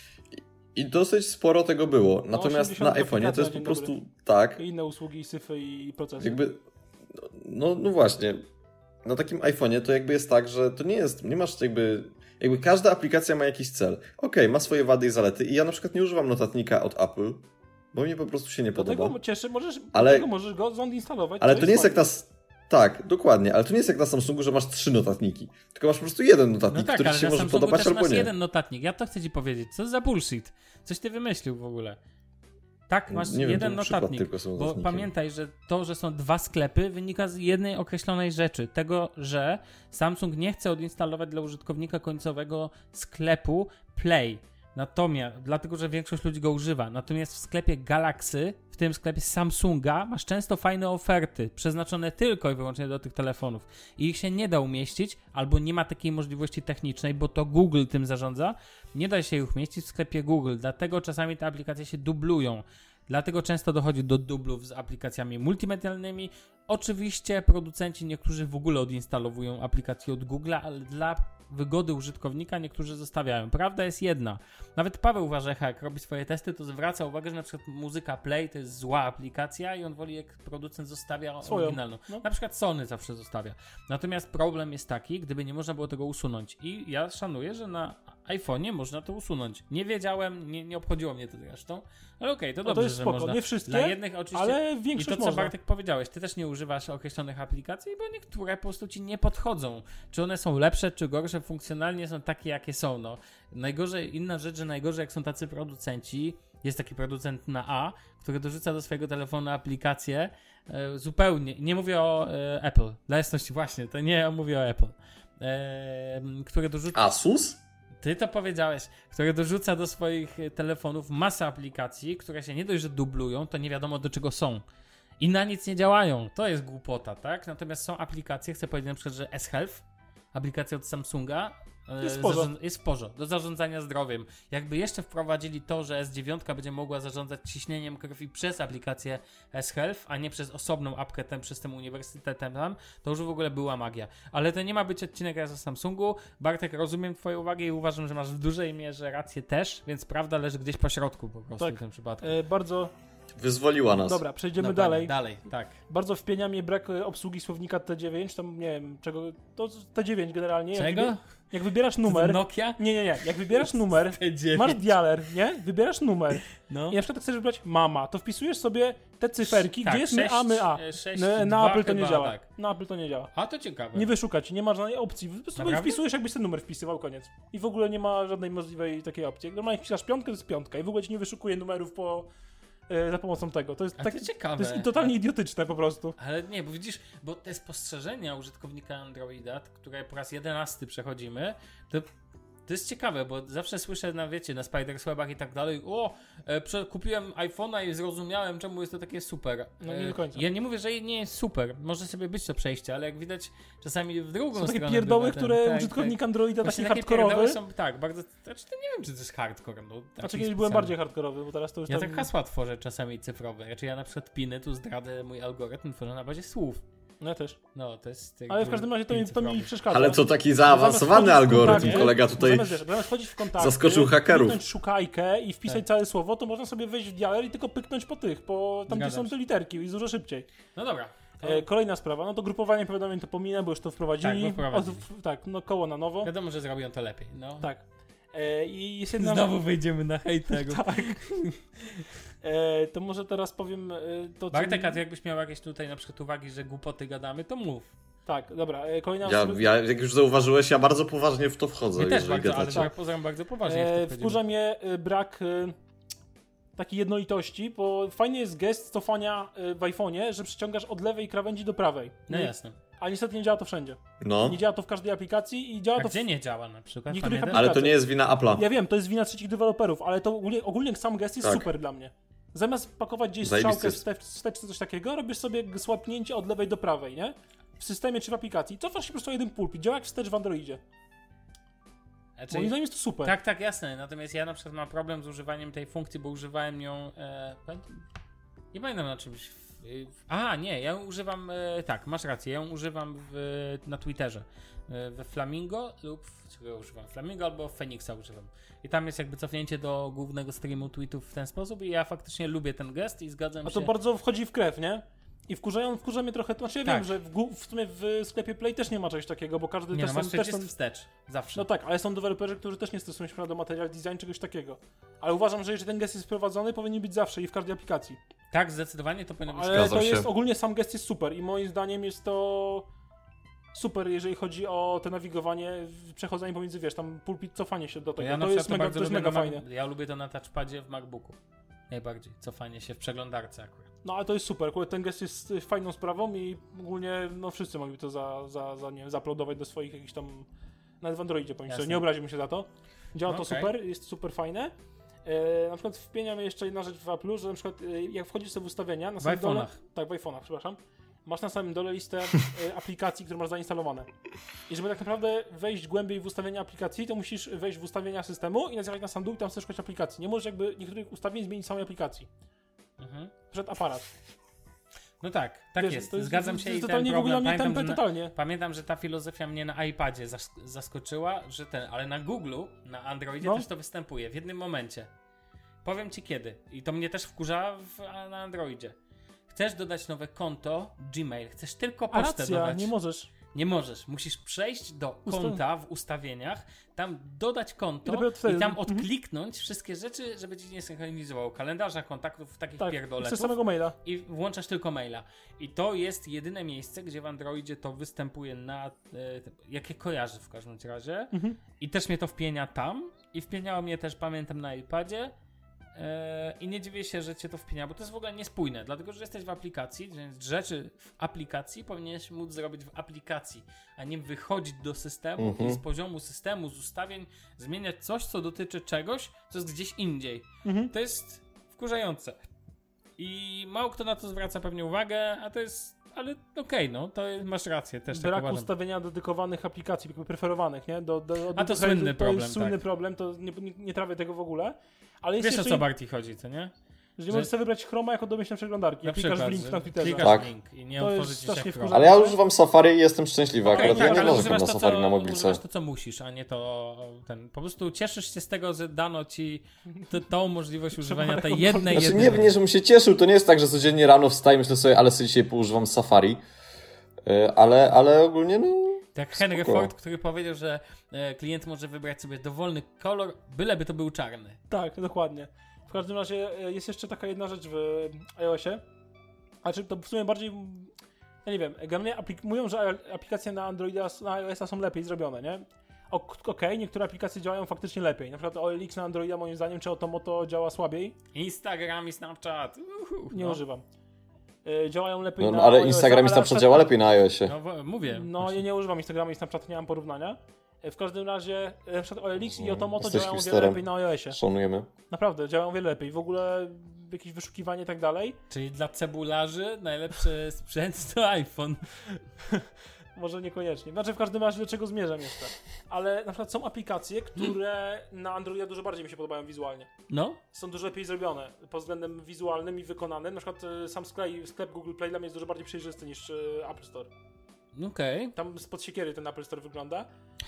I dosyć sporo tego było. Natomiast na osiemdziesiąt iPhone'ie to jest aplikacji po na dzień prostu tak, I inne usługi, syfy i procesy. jakby, no, no właśnie, na takim iPhone'ie to jakby jest tak, że to nie jest, nie masz jakby, jakby każda aplikacja ma jakiś cel. Okej, ma swoje wady i zalety i ja na przykład nie używam notatnika od Apple, bo mi po prostu się nie podoba. Dlatego cieszę, możesz, Ale- dlatego możesz go zodinstalować. Ale co to nie jest jak fajne. na... s- Tak, dokładnie, ale to nie jest jak na Samsungu, że masz trzy notatniki, tylko masz po prostu jeden No notatnik, tak, który ale ci się na może Samsungu podobać też albo masz nie. jeden notatnik. Ja to chcę ci powiedzieć. Co za bullshit? Coś ty wymyślił w ogóle. Tak, masz Nie wiem, jeden to przykład notatnik. tylko z Bo notatnikiem. pamiętaj, że to, że są dwa sklepy, wynika z jednej określonej rzeczy. Tego, że Samsung nie chce odinstalować dla użytkownika końcowego sklepu Play. Natomiast, dlatego, że większość ludzi go używa. Natomiast w sklepie Galaxy, w tym sklepie Samsunga, masz często fajne oferty, przeznaczone tylko i wyłącznie do tych telefonów. I ich się nie da umieścić, albo nie ma takiej możliwości technicznej, bo to Google tym zarządza. Nie da się ich umieścić w sklepie Google, dlatego czasami te aplikacje się dublują. Dlatego często dochodzi do dublów z aplikacjami multimedialnymi. Oczywiście producenci niektórzy w ogóle odinstalowują aplikacje od Google'a, ale dla wygody użytkownika niektórzy zostawiają. Prawda jest jedna. Nawet Paweł Warzecha, jak robi swoje testy, to zwraca uwagę, że na przykład muzyka Play to jest zła aplikacja i on woli, jak producent zostawia Swoją. oryginalną. No. Na przykład Sony zawsze zostawia. Natomiast problem jest taki, gdyby nie można było tego usunąć. I ja szanuję, że na iPhone'ie można to usunąć. Nie wiedziałem, nie, nie obchodziło mnie to zresztą, ale okej, to No to dobrze, jest że spoko. można. Nie wszystkie, Dla jednych oczywiście... ale I większość to, co można. Bartek powiedziałeś, ty też nie używasz określonych aplikacji, bo niektóre po prostu ci nie podchodzą. Czy one są lepsze, czy gorsze, funkcjonalnie są takie, jakie są. No. Najgorzej, inna rzecz, że najgorzej, jak są tacy producenci, Jest taki producent na A, który dorzuca do swojego telefonu aplikację e, zupełnie, nie mówię o e, Apple, dla jasności właśnie, to nie mówię o Apple, e, który dorzuca... Asus? Ty to powiedziałeś, który dorzuca do swoich telefonów masę aplikacji, które się nie dość, że dublują, to nie wiadomo do czego są. I na nic nie działają. To jest głupota, tak? Natomiast są aplikacje, chcę powiedzieć na przykład, że S-Health, aplikacja od Samsunga, Jest w porze. zarząd- jest w porze, do zarządzania zdrowiem. Jakby jeszcze wprowadzili to, że S dziewięć będzie mogła zarządzać ciśnieniem krwi przez aplikację S-Health, a nie przez osobną apkę ten, przez tym uniwersytetem tam, to już w ogóle była magia. Ale to nie ma być odcinek raz o Samsungu. Bartek, rozumiem twoją uwagę i uważam, że masz w dużej mierze rację też, więc prawda leży gdzieś po środku po prostu Tak. w tym przypadku. E, bardzo... Wyzwoliła nas. Dobra, przejdziemy Dobra, dalej. Dalej, tak. Bardzo wpienia mnie brak e, obsługi słownika T dziewięć, tam nie wiem czego, to T dziewięć generalnie. Jak Czego? wybie- Jak wybierasz numer... Nokia? Nie, nie, nie, jak wybierasz numer, T dziewięć. masz dialer, nie? Wybierasz numer No. i na przykład chcesz wybrać mama, to wpisujesz sobie te cyferki, Tak, gdzie jest sześć, my A, my A. e, sześć, Na, na dwa Apple to chyba, nie działa. tak. Na Apple to nie działa. A to ciekawe. Nie wyszukać, nie ma żadnej opcji. Po prostu Naprawdę? wpisujesz, jakbyś ten numer wpisywał, koniec. I w ogóle nie ma żadnej możliwej takiej opcji. Jak normalnie wpisasz piątkę, to jest piątka i w ogóle ci nie wyszukuje numerów po, e, za pomocą tego. To jest, A tak, to ciekawe. to jest totalnie idiotyczne po prostu. Ale nie, bo widzisz, bo te spostrzeżenia użytkownika Androida, które po raz jedenasty przechodzimy, to, to jest ciekawe, bo zawsze słyszę na, wiecie, na Spider-Webach i tak dalej, o, e, prze, kupiłem iPhone'a i zrozumiałem, czemu jest to takie super. No nie do końca. Ja nie mówię, że nie jest super, może sobie być to przejście, ale jak widać, czasami w drugą Są takie stronę pierdoły, bywa ten- które tak, użytkownik tak. Androida, Właśnie taki takie pierdoły hardkorowy. są, tak, bardzo, znaczy to nie wiem, czy to jest hardcore, no. Znaczy taki kiedyś byłem specjalny. bardziej hardkorowy, bo teraz to już Ja tam... tak hasła tworzę czasami cyfrowe, znaczy ja na przykład piny, tu zdradzę mój algorytm, tworzę na bazie słów. No ja też. No, to jest... Ale w jakby każdym razie to, mi, pin to mi cyfrowy. przeszkadza. Ale to taki Zamiast zaawansowany wchodzić w algorytm, kontakty, kolega tutaj. Zamiast, wiesz, zamiast wchodzić w kontakty, Zaskoczył hakerów. kliknąć szukajkę i wpisać Tak. całe słowo, to można sobie wejść w dialer i tylko pyknąć po tych, po tam, gdzie Zgadzam są się. te literki i dużo szybciej. No dobra. To E, kolejna sprawa, no to grupowanie powiadomień to pominę, bo już to wprowadzili. Tak, bo wprowadzili. O, w- tak, no koło na nowo. wiadomo, że zrobią to lepiej, no. Tak. E, I jest jedna... Znowu wyjdziemy na hejtego. Tak. E, to może teraz powiem e, to, co... Bartek, a ty jakbyś miał jakieś tutaj na przykład uwagi, że głupoty gadamy, to mów. Tak, dobra, e, kolejna Ja, sprawa- ja, jak już zauważyłeś, ja bardzo poważnie w to wchodzę, My też jeżeli bardzo, ale gadacie. tak pozorom bardzo poważnie. E, w to wkurza mnie e, brak e, takiej jednolitości, bo fajny jest gest cofania e, w iPhone'ie, że przyciągasz od lewej krawędzi do prawej. No Nie- jasne. A niestety nie działa to wszędzie. No, Nie działa to w każdej aplikacji i działa A to w... gdzie nie działa na przykład? Niektórych Pamiętasz? ale to nie jest wina Apple'a. Ja wiem, to jest wina trzecich deweloperów, ale to ogólnie, ogólnie sam gest jest Tak. super dla mnie. Zamiast pakować gdzieś Zajebisty strzałkę jest. wstecz, wstecz czy coś takiego, robisz sobie słapnięcie od lewej do prawej, nie? W systemie czy w aplikacji. Cofasz się po prostu o jeden pulpit. Działa jak wstecz w Androidzie. Znaczy, Moim zdaniem jest to super. tak, tak, jasne. Natomiast ja na przykład mam problem z używaniem tej funkcji, bo używałem ją... E, pamiętam- nie pamiętam na czymś... W, w, a, nie, ja ją używam... E, tak, masz rację, ja ją używam w, na Twitterze. E, we Flamingo lub... Czego ja używam? Flamingo albo Phoenixa używam. I tam jest jakby cofnięcie do głównego streamu tweetów w ten sposób i ja faktycznie lubię ten gest i zgadzam A się... to bardzo wchodzi w krew, nie? I wkurzają, wkurza mnie trochę, to znaczy ja Tak. wiem, że w, gó- w sumie w sklepie Play też nie ma czegoś takiego, bo każdy Nie, też no są, masz też są... przecież wstecz. Zawsze. No tak, ale są deweloperzy, którzy też nie stosują się do material design, czegoś takiego. Ale uważam, że jeżeli ten gest jest wprowadzony, powinien być zawsze i w każdej aplikacji. Tak, zdecydowanie to powinno być... Ale Zgadzam to się. jest, ogólnie sam gest jest super i moim zdaniem jest to super, jeżeli chodzi o to nawigowanie, w- przechodzenie pomiędzy, wiesz, tam pulpit, cofanie się do tego. Ja na to przykład jest to mega, bardzo to jest lubię mega na Mac- fajne. Ja lubię to na touchpadzie w MacBooku. Najbardziej. Cofanie się w przeglądarce akurat. No ale to jest super, akurat ten gest jest y, fajną sprawą i ogólnie no wszyscy mogliby to za, za, za nie wiem, zauploadować do swoich jakichś tam, nawet w Androidzie powiem Jasne. szczerze, nie obraziłbym się za to. Działa No to okej. super, jest super fajne. E, na przykład wpienia mnie jeszcze jedna rzecz w Apple'u, że na przykład e, jak wchodzisz sobie w ustawienia, na W samym dole, iPhone'ach. tak w iPhone'ach, przepraszam, masz na samym dole listę e, aplikacji, które masz zainstalowane. I żeby tak naprawdę wejść głębiej w ustawienia aplikacji, to musisz wejść w ustawienia systemu i naciskać na sam dół i tam chcesz szukać aplikacji. Nie możesz jakby niektórych ustawień zmienić samej aplikacji. Mhm. Przed aparat. No tak, tak Wiesz, jest. to jest, Zgadzam to się jest i ten totalnie w ogóle problem. mnie Pamiętam, tempę że na, totalnie. pamiętam, że ta filozofia mnie na iPadzie zas zaskoczyła, że ten, ale na Google'u, na Androidzie No. też to występuje w jednym momencie. Powiem ci kiedy. I to mnie też wkurza w, a na Androidzie. Chcesz dodać nowe konto, Gmail, chcesz tylko A pocztę racja, dodać. nie możesz. Nie możesz. Musisz przejść do Usta- konta w ustawieniach, tam dodać I konto dopiero wtedy- i tam mhm. odkliknąć wszystkie rzeczy, żeby ci nie synchronizowało kalendarza, kontaktów, takich Tak, pierdoletów. przez samego maila. I włączasz tylko maila. I to jest jedyne miejsce, gdzie w Androidzie to występuje na... E, jakie kojarzę w każdym razie. Mhm. I też mnie to wpienia tam. I wpieniało mnie też, pamiętam, na iPadzie. i nie dziwię się, że cię to wpina, bo to jest w ogóle niespójne, dlatego że jesteś w aplikacji, więc rzeczy w aplikacji powinieneś móc zrobić w aplikacji, a nie wychodzić do systemu Mhm. i z poziomu systemu, z ustawień zmieniać coś, co dotyczy czegoś, co jest gdzieś indziej. Mhm. To jest wkurzające. I mało kto na to zwraca pewnie uwagę, a to jest, ale okej, okay, no, to jest, masz rację, też tak Brak uważam. ustawienia dedykowanych aplikacji, jakby preferowanych, nie? Do, do, do, A to do, słynny to problem, jest słynny tak. problem, to nie, nie, nie trawię tego w ogóle. Ale jest Wiesz, o jeszcze, co Barty chodzi, co nie? że nie że- możesz sobie wybrać Chroma jako domyślne przeglądarki. Na Jak klikasz przykład, w link że na Twitterze. klikasz Tak. w link i nie To jest otworzy ci się strasznie Chrome. wkurzające. Ale ja używam Safari i jestem szczęśliwy Okej, akurat. tak, Ja nie ale narzekam używasz na to, Safari co, na mobilce. używasz to, co musisz, a nie to ten. Po prostu cieszysz się z tego, że dano ci t- tą możliwość używania tej jednej, Znaczy jedynej. nie, nie, żebym się cieszył, to nie jest tak, że codziennie rano wstaję i myślę sobie, ale sobie dzisiaj poużywam Safari. Yy, Ale, ale ogólnie no... Tak Henry spoko. Ford, który powiedział, że e, klient może wybrać sobie dowolny kolor, byleby to był czarny. Tak, dokładnie. W każdym razie e, jest jeszcze taka jedna rzecz w iOSie. Znaczy to w sumie bardziej, ja nie wiem, generalnie aplik- mówią, że a- aplikacje na Androida, na iOS-a są lepiej zrobione, nie? Ok- Okej, niektóre aplikacje działają faktycznie lepiej. Na przykład O L X na Androida moim zdaniem, czy Automoto działa słabiej. Instagram i Snapchat. Uhu, Nie no. używam. E, działają lepiej No, na no ale iOS-a, Instagram i ale na Snapchat przykład- działa lepiej na iOSie. No bo, mówię. No, ja właśnie. nie używam Instagrama i Snapchata, nie mam porównania. E, W każdym razie e, na przykład O L X i Mm, Automoto jesteś działają o wiele hipsterem. lepiej na iOSie. Szanujemy. Naprawdę, działają o wiele lepiej. W ogóle jakieś wyszukiwanie i tak dalej. Czyli dla cebularzy najlepszy sprzęt to iPhone. Może niekoniecznie. Znaczy w każdym razie do czego zmierzam jeszcze. Ale na przykład są aplikacje, które na Androida dużo bardziej mi się podobają wizualnie. No, Są dużo lepiej zrobione pod względem wizualnym i wykonanym. Na przykład y, sam sklep, sklep Google Play dla mnie jest dużo bardziej przejrzysty niż y, Apple Store. okej. Tam spod siekiery ten Apple Store wygląda.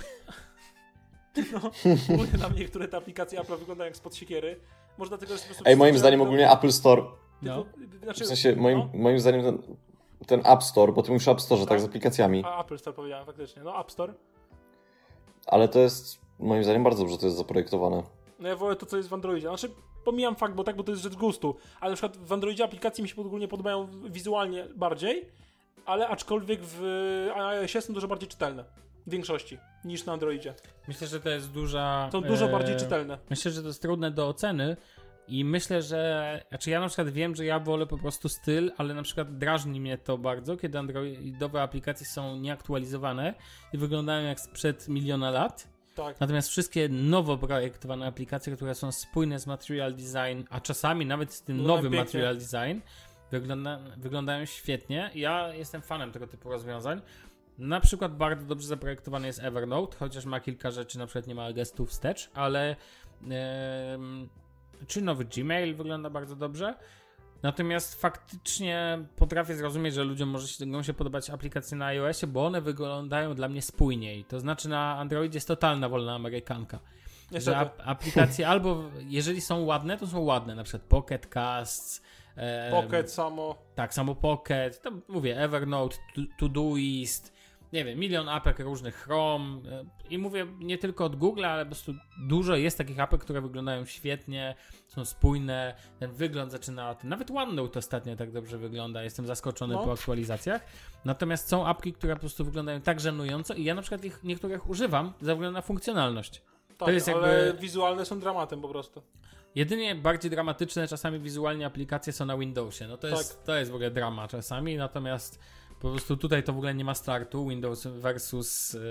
No, ogólnie dla mnie niektóre te aplikacje Apple wyglądają jak spod siekiery. Może dlatego, że po prostu... Ej, moim zdaniem ogólnie Apple Store, No. Znaczy, w sensie moim, no, moim zdaniem ten, ten App Store, bo ty mówisz o App Store, tak, Tak. z aplikacjami, a Apple Store powiedziałem faktycznie. No App Store. ale to jest moim zdaniem bardzo dobrze to jest zaprojektowane. No ja wolę to, co jest w Androidzie. Znaczy, pomijam fakt, bo tak, bo to jest rzecz gustu. Ale na przykład w Androidzie aplikacje mi się ogólnie podobają wizualnie bardziej, ale aczkolwiek w iOSie są dużo bardziej czytelne. W większości. Niż na Androidzie. Myślę, że to jest duża... Są dużo e, bardziej czytelne. Myślę, że to jest trudne do oceny i myślę, że... Znaczy ja na przykład wiem, że ja wolę po prostu styl, ale na przykład drażni mnie to bardzo, kiedy androidowe aplikacje są nieaktualizowane i wyglądają jak sprzed miliona lat. Tak. Natomiast wszystkie nowo projektowane aplikacje, które są spójne z Material Design, a czasami nawet z tym Wyglądają nowym pięknie. Material Design, wygląda, wyglądają świetnie. Ja jestem fanem tego typu rozwiązań. Na przykład bardzo dobrze zaprojektowany jest Evernote, chociaż ma kilka rzeczy, na przykład nie ma gestów wstecz, ale em, czy nowy Gmail wygląda bardzo dobrze. Natomiast faktycznie potrafię zrozumieć, że ludziom może się, mogą się podobać aplikacje na iOSie, bo one wyglądają dla mnie spójniej. To znaczy na Androidzie jest totalna wolna amerykanka. Niestety. Że ap- aplikacje albo, jeżeli są ładne, to są ładne, na przykład Pocket Casts, em, Pocket samo. tak, samo Pocket, tam mówię Evernote, To- Todoist, nie wiem, milion apek różnych, Chrome e, i mówię nie tylko od Google, ale po prostu dużo jest takich apek, które wyglądają świetnie, są spójne, ten wygląd zaczyna, nawet OneNote ostatnio tak dobrze wygląda, jestem zaskoczony No. po aktualizacjach, natomiast są apki, które po prostu wyglądają tak żenująco i ja na przykład ich niektórych używam ze względu na funkcjonalność. Tak, jest ale jakby- wizualne są dramatem po prostu. Jedynie bardziej dramatyczne czasami wizualnie aplikacje są na Windowsie. No to jest, Tak. to jest w ogóle drama czasami, natomiast po prostu tutaj to w ogóle nie ma startu Windows versus yy,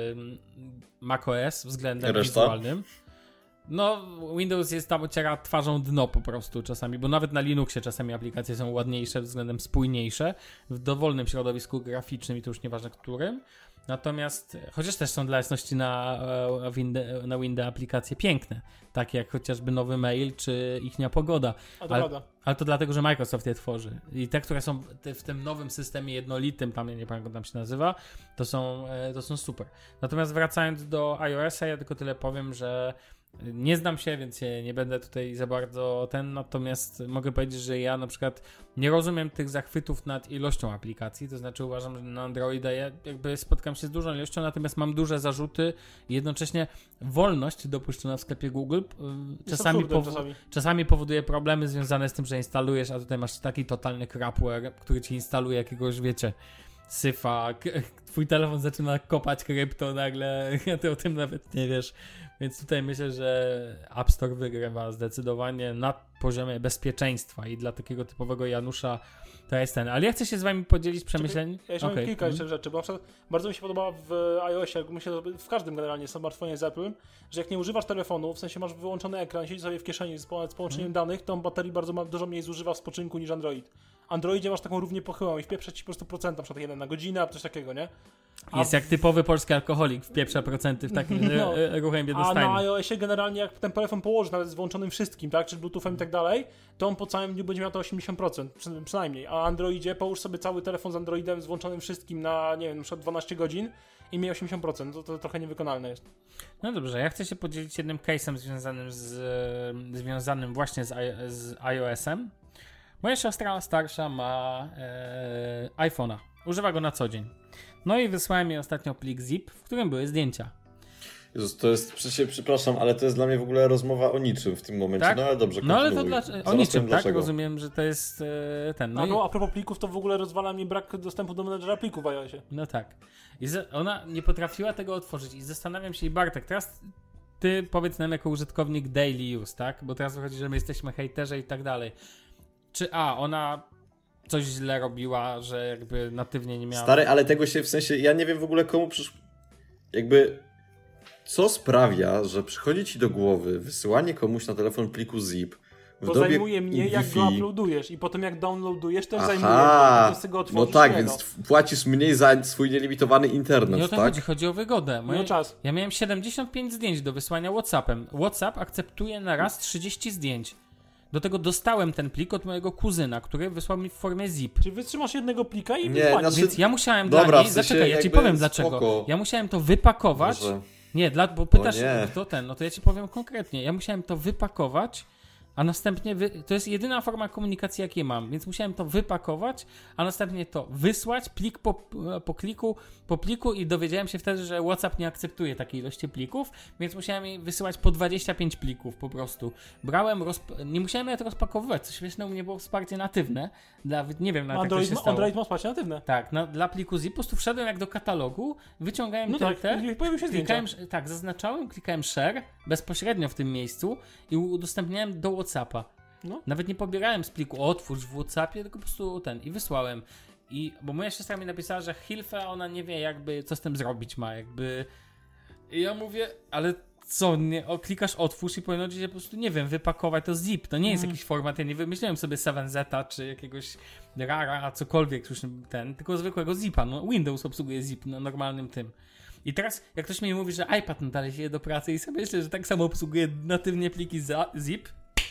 macOS względem Reszta? wizualnym. No, Windows jest tam, ociera twarzą dno po prostu czasami, bo nawet na Linuxie czasami aplikacje są ładniejsze, względem spójniejsze, w dowolnym środowisku graficznym i to już nieważne którym. Natomiast, chociaż też są dla jasności na, e, windy, na Windows aplikacje piękne, takie jak chociażby nowy mail czy ichnia pogoda. A to Ale- prawda. Ale to dlatego, że Microsoft je tworzy. I te, które są te, w tym nowym systemie jednolitym, tam ja nie pamiętam jak tam się nazywa, to są, e, to są super. Natomiast wracając do iOS-a, ja tylko tyle powiem, że nie znam się, więc nie, nie będę tutaj za bardzo ten, natomiast mogę powiedzieć, że ja na przykład nie rozumiem tych zachwytów nad ilością aplikacji, to znaczy uważam, że na Androida ja jakby spotkam się z dużą ilością, natomiast mam duże zarzuty i jednocześnie wolność dopuszczona w sklepie Google y, czasami, absurdem pow- czasami. czasami powoduje problemy związane z tym, że instalujesz, a tutaj masz taki totalny crapware, który ci instaluje jakiegoś, wiecie, syfa, k- twój telefon zaczyna kopać krypto nagle, ty o tym nawet nie wiesz. Więc tutaj myślę, że App Store wygrywa zdecydowanie na poziomie bezpieczeństwa i dla takiego typowego Janusza to jest ten. Ale ja chcę się z wami podzielić przemyśleń. Ja jeszcze okay. mam kilka mm. jeszcze rzeczy, bo na przykład bardzo mi się podoba w iOSie, myślę, że w każdym generalnie smartfonie z Apple, że jak nie używasz telefonu, w sensie masz wyłączony ekran, siedzisz sobie w kieszeni z, po, z połączeniem mm. danych, to on baterii bardzo ma, dużo mniej zużywa w spoczynku niż Android. W Androidzie masz taką równie pochyłą i wpieprza ci po prostu procent, na przykład jeden na godzinę, a coś takiego, nie? A jest w... jak typowy polski alkoholik, wpieprza procenty w takim no. ruchem biednostajnym. A na iOSie generalnie jak ten telefon położysz, nawet z włączonym wszystkim, tak, czy Bluetoothem i tak dalej, to on po całym dniu będzie miał to osiemdziesiąt procent, przy, przynajmniej. A Androidzie połóż sobie cały telefon z Androidem z włączonym wszystkim na, nie wiem, na przykład dwanaście godzin i miej osiemdziesiąt procent, to, to trochę niewykonalne jest. No dobrze, ja chcę się podzielić jednym case'em związanym z, związanym właśnie z, z iOS-em. Moja siostra starsza ma e, iPhone'a. Używa go na co dzień. No i wysłałem jej ostatnio plik zip, w którym były zdjęcia. Jezus, to jest, przecież, przepraszam, ale to jest dla mnie w ogóle rozmowa o niczym w tym momencie. Tak? No ale dobrze, no ale to kontynuuj. dla, o Zaraz niczym, powiem tak? dlaczego. Rozumiem, że to jest e, ten. No, a, i, no, a propos plików, to w ogóle rozwala mnie brak dostępu do menedżera plików w iOSie. no tak. I za, ona nie potrafiła tego otworzyć i zastanawiam się, i Bartek, teraz ty powiedz nam jako użytkownik daily use, tak? Bo teraz wychodzi, że my jesteśmy hejterzy i tak dalej. Czy a, ona coś źle robiła, że jakby natywnie nie miała... Stary, ale tego się w sensie, ja nie wiem w ogóle komu przysz... Jakby, co sprawia, że przychodzi ci do głowy wysyłanie komuś na telefon pliku zip w Bo dobie zajmuje mnie, Wi-Fi. jak go uploadujesz i potem jak downloadujesz też Aha, zajmuje mnie, to chcę go no otworzyć. tak, nie, więc no. płacisz mniej za swój nielimitowany internet, Nie o to tak? chodzi, chodzi o wygodę. Moje, No czas. Ja miałem siedemdziesiąt pięć zdjęć do wysłania WhatsAppem. WhatsApp akceptuje na raz trzydzieści zdjęć. Do tego dostałem ten plik od mojego kuzyna, który wysłał mi w formie zip. Czyli wytrzymasz jednego plika i Nie, wysłaniesz. znaczy- Więc ja musiałem Dobra, dla niej... w sensie Zaczekaj, ja ci jakby powiem dlaczego. spoko. Ja musiałem to wypakować... Może... Nie, dla, bo pytasz, nie. kto ten, no to ja ci powiem konkretnie. Ja musiałem to wypakować, a następnie, wy... to jest jedyna forma komunikacji, jakiej mam, więc musiałem to wypakować, a następnie to wysłać, plik po, po kliku, po pliku i dowiedziałem się wtedy, że WhatsApp nie akceptuje takiej ilości plików, więc musiałem jej wysyłać po dwadzieścia pięć plików po prostu. Brałem, rozp... nie musiałem nawet rozpakowywać, co śmieszne, u mnie było wsparcie natywne, dla, nie wiem nawet Android, jak to się stało. Android ma wsparcie natywne. Tak, na, dla pliku zip po prostu wszedłem jak do katalogu, wyciągałem No tak, te, i pojawiły się zdjęcia. klikałem, tak, zaznaczałem, klikałem share bezpośrednio w tym miejscu i udostępniałem do WhatsAppa. No. Nawet nie pobierałem z pliku otwórz w WhatsAppie, tylko po prostu ten i wysłałem. I, bo moja siostra mi napisała, że Hilfe, ona nie wie jakby co z tym zrobić ma, jakby... I ja mówię, ale co, nie, o, klikasz otwórz i powinno ci się po prostu, nie wiem, wypakować to zip. To nie jest Mm. jakiś format, ja nie wymyśliłem sobie seven zeta czy jakiegoś rara, cokolwiek, już ten, tylko zwykłego zipa. No, Windows obsługuje zip na normalnym tym. I teraz, jak ktoś mi mówi, że iPad nadal się je do pracy i sobie myślę, że tak samo obsługuje natywnie pliki za, zip,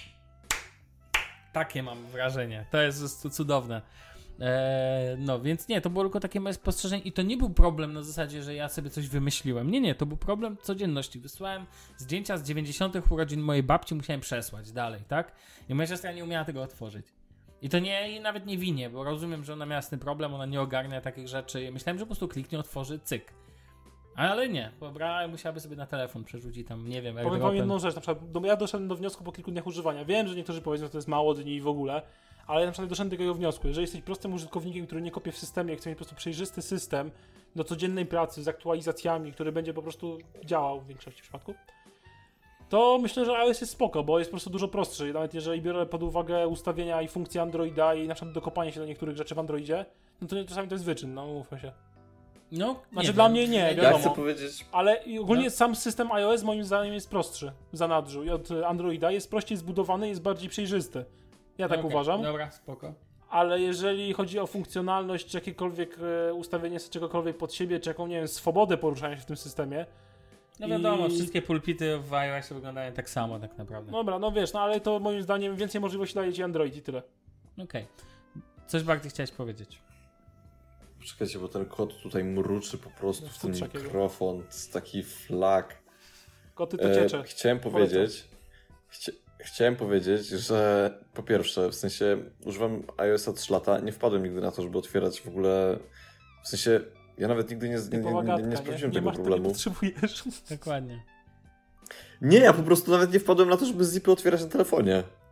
takie mam wrażenie. To jest po prostu cudowne. Eee, no więc nie, to było tylko takie moje spostrzeżenie i to nie był problem na zasadzie, że ja sobie coś wymyśliłem. Nie, nie, to był problem codzienności. Wysłałem zdjęcia z dziewięćdziesiątych urodzin mojej babci, musiałem przesłać dalej, tak? I moja siostra nie umiała tego otworzyć. I to nie, i nawet nie winię, bo rozumiem, że ona miała z tym problem, ona nie ogarnia takich rzeczy. Myślałem, że po prostu kliknie, otworzy, cyk. Ale nie, pobrała i musiałaby sobie na telefon przerzucić tam, nie wiem, Powiem wam airdropem. jedną rzecz, na przykład no, ja doszedłem do wniosku po kilku dniach używania. Wiem, że niektórzy powiedzą, że to jest mało dni w ogóle, ale ja na przykład doszedłem do takiego wniosku, jeżeli jesteś prostym użytkownikiem, który nie kopie w systemie, chce mieć po prostu przejrzysty system do codziennej pracy z aktualizacjami, który będzie po prostu działał w większości przypadków, to myślę, że iOS jest spoko, bo jest po prostu dużo prostszy. Nawet jeżeli biorę pod uwagę ustawienia i funkcje Androida i na przykład dokopanie się do niektórych rzeczy w Androidzie, no to czasami to jest wyczyn, no mówmy się. No, Znaczy nie dla wiem. mnie nie, Ja Ja wiadomo. chcę powiedzieć... Ale i ogólnie No. sam system iOS moim zdaniem jest prostszy w zanadrzu i od Androida jest prościej zbudowany, jest bardziej przejrzysty. Ja tak Okej, uważam. Dobra, spoko. Ale jeżeli chodzi o funkcjonalność, czy jakiekolwiek e, ustawienie sobie czegokolwiek pod siebie, czy jaką, nie wiem, swobodę poruszania się w tym systemie. No wiadomo, I- wszystkie pulpity w iOSie wyglądają tak samo tak naprawdę. Dobra, no wiesz, no ale to moim zdaniem więcej możliwości daje ci Android i tyle. Okej. Coś bardziej chciałeś powiedzieć. Czekajcie, bo ten kot tutaj mruczy po prostu w ten Coś takiego. mikrofon. To jest taki flag. Koty to ciecze. E, chciałem powiedzieć... Chcia, chciałem powiedzieć, że po pierwsze, w sensie używam iOS-a trzy lata, nie wpadłem nigdy na to, żeby otwierać w ogóle... W sensie, ja nawet nigdy nie, nie, nie, nie, nie sprawdziłem nie tego masz, problemu. To nie potrzebujesz. Dokładnie. Nie, ja po prostu nawet nie wpadłem na to, żeby zipy otwierać na telefonie.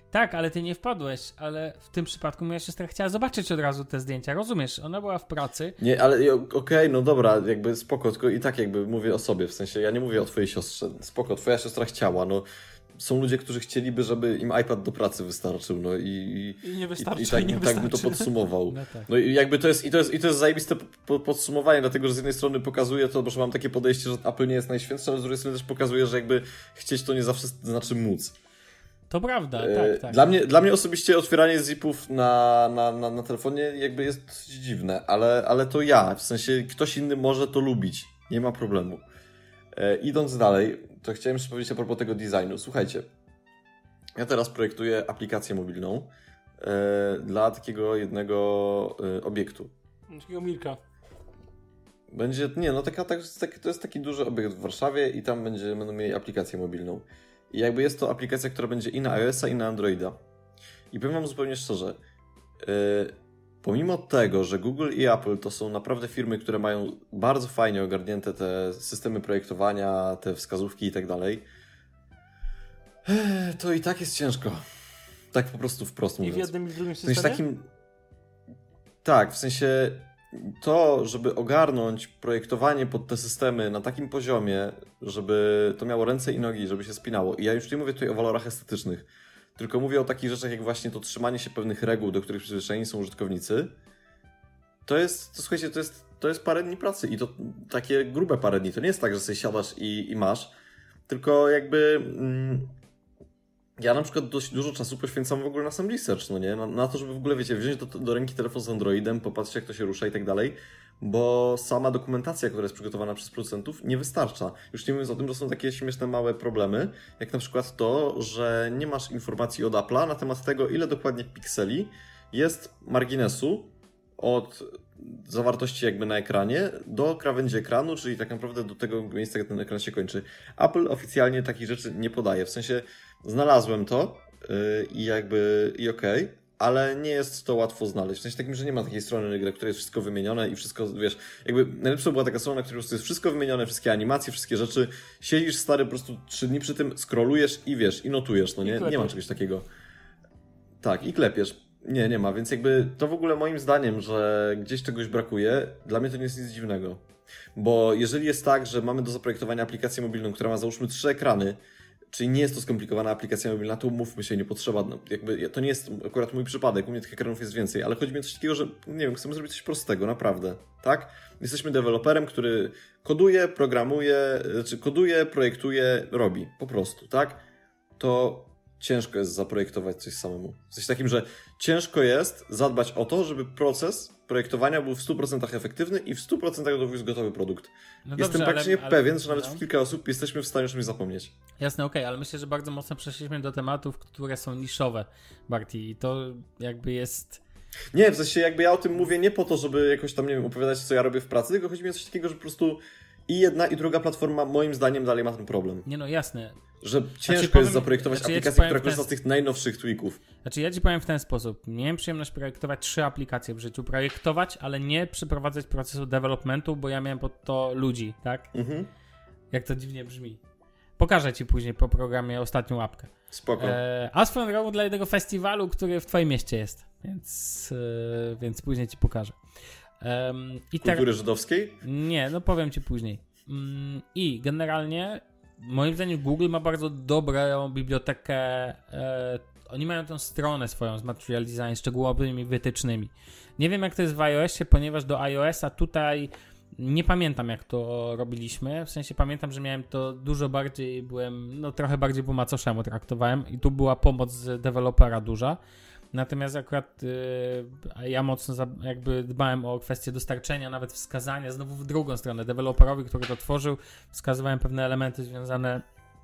Tak, ale ty nie wpadłeś, ale w tym przypadku moja siostra chciała zobaczyć od razu te zdjęcia, rozumiesz? Ona była w pracy. Nie, ale okej, okay, no dobra, jakby spoko, tylko i tak jakby mówię o sobie, w sensie ja nie mówię o twojej siostrze, spoko, twoja siostra chciała, no są ludzie, którzy chcieliby, żeby im iPad do pracy wystarczył, no i, I nie wystarczy, i, i tak, i nie tak wystarczy. by to podsumował. No tak. No i jakby to jest, i to jest, i to jest zajebiste po, podsumowanie, dlatego że z jednej strony pokazuje to, że mam takie podejście, że Apple nie jest najświętsze, ale z drugiej strony też pokazuje, że jakby chcieć to nie zawsze znaczy móc. To prawda, E, tak, tak. Dla mnie, dla mnie osobiście otwieranie zipów na, na, na, na telefonie jakby jest dosyć dziwne, ale, ale to ja, w sensie ktoś inny może to lubić, nie ma problemu. E, idąc dalej, to chciałem jeszcze powiedzieć a propos tego designu. Słuchajcie, ja teraz projektuję aplikację mobilną e, dla takiego jednego e, obiektu. Takiego Milka. Będzie, nie no, taka, tak, to jest taki duży obiekt w Warszawie i tam będzie, będą mieli aplikację mobilną. I jakby jest to aplikacja, która będzie i na iOS-a, i na Androida. I powiem wam zupełnie szczerze, yy, pomimo tego, że Google i Apple to są naprawdę firmy, które mają bardzo fajnie ogarnięte te systemy projektowania, te wskazówki i tak dalej, to i tak jest ciężko. Tak po prostu wprost mówiąc. I w jednym i w drugim W sensie systemie? takim... Tak, w sensie to, żeby ogarnąć projektowanie pod te systemy na takim poziomie, żeby to miało ręce i nogi, żeby się spinało. I ja już nie mówię tutaj o walorach estetycznych, tylko mówię o takich rzeczach jak właśnie to trzymanie się pewnych reguł, do których przyzwyczajeni są użytkownicy. To jest, to słuchajcie, to jest, to jest parę dni pracy i to takie grube parę dni. To nie jest tak, że sobie siadasz i, i masz, tylko jakby... Mm, ja na przykład dość dużo czasu poświęcam w ogóle na sam research, no nie? Na, na to, żeby w ogóle, wiecie, wziąć do, do ręki telefon z Androidem, popatrzeć jak to się rusza i tak dalej, bo sama dokumentacja, która jest przygotowana przez producentów, nie wystarcza. Już nie mówiąc o tym, że są takie śmieszne małe problemy, jak na przykład to, że nie masz informacji od Apple'a na temat tego, ile dokładnie pikseli jest marginesu od zawartości jakby na ekranie do krawędzi ekranu, czyli tak naprawdę do tego miejsca, gdzie ten ekran się kończy. Apple oficjalnie takich rzeczy nie podaje, w sensie znalazłem to yy, i jakby i okej, okay, ale nie jest to łatwo znaleźć. W sensie takim, że nie ma takiej strony, na której jest wszystko wymienione i wszystko, wiesz, jakby najlepsza była taka strona, na której po prostu jest wszystko wymienione, wszystkie animacje, wszystkie rzeczy. Siedzisz stary po prostu trzy dni przy tym, scrollujesz i wiesz, i notujesz, no nie? Nie ma czegoś takiego. Tak, i klepiesz. Nie, nie ma, więc jakby to w ogóle moim zdaniem, że gdzieś czegoś brakuje, dla mnie to nie jest nic dziwnego. Bo jeżeli jest tak, że mamy do zaprojektowania aplikację mobilną, która ma załóżmy trzy ekrany, czyli nie jest to skomplikowana aplikacja mobilna, to umówmy się, nie potrzeba, no, jakby to nie jest akurat mój przypadek, u mnie tych ekranów jest więcej, ale chodzi mi o coś takiego, że nie wiem, chcemy zrobić coś prostego, naprawdę, tak? Jesteśmy deweloperem, który koduje, programuje, czy koduje, projektuje, robi, po prostu, tak? To ciężko jest zaprojektować coś samemu. W sensie takim, że ciężko jest zadbać o to, żeby proces projektowania był w stu procentach efektywny i w stu procentach dowiózł gotowy produkt. No Jestem dobrze, praktycznie ale, pewien, ale, że nawet no. w kilka osób jesteśmy w stanie o czymś zapomnieć. Jasne, okej, okay, ale myślę, że bardzo mocno przeszliśmy do tematów, które są niszowe, Barty, i to jakby jest... Nie, w sensie jakby ja o tym mówię nie po to, żeby jakoś tam, nie wiem, opowiadać, co ja robię w pracy, tylko chodzi mi o coś takiego, że po prostu i jedna, i druga platforma moim zdaniem dalej ma ten problem. Nie no, jasne. Że ciężko znaczy, jest powiem, zaprojektować znaczy, aplikację, ja która ten... korzysta z tych najnowszych tweaków. Znaczy ja ci powiem w ten sposób. Miałem przyjemność projektować trzy aplikacje w życiu. Projektować, ale nie przeprowadzać procesu developmentu, bo ja miałem pod to ludzi, tak? Mhm. Jak to dziwnie brzmi. Pokażę ci później po programie ostatnią łapkę. Spoko. E, a swoją drogą dla jednego festiwalu, który w twoim mieście jest. Więc, e, więc później ci pokażę. E, i Kultury ter... żydowskiej? Nie, no powiem ci później. Mm, I generalnie moim zdaniem Google ma bardzo dobrą bibliotekę. E, oni mają tę stronę swoją z Material Design, szczegółowymi wytycznymi. Nie wiem jak to jest w iOSie, ponieważ do iOSa tutaj nie pamiętam jak to robiliśmy. W sensie pamiętam, że miałem to dużo bardziej, byłem, no trochę bardziej po macoszemu traktowałem i tu była pomoc z dewelopera duża. Natomiast akurat yy, ja mocno za, jakby dbałem o kwestię dostarczenia, nawet wskazania, znowu w drugą stronę, deweloperowi, który to tworzył, wskazywałem pewne elementy związane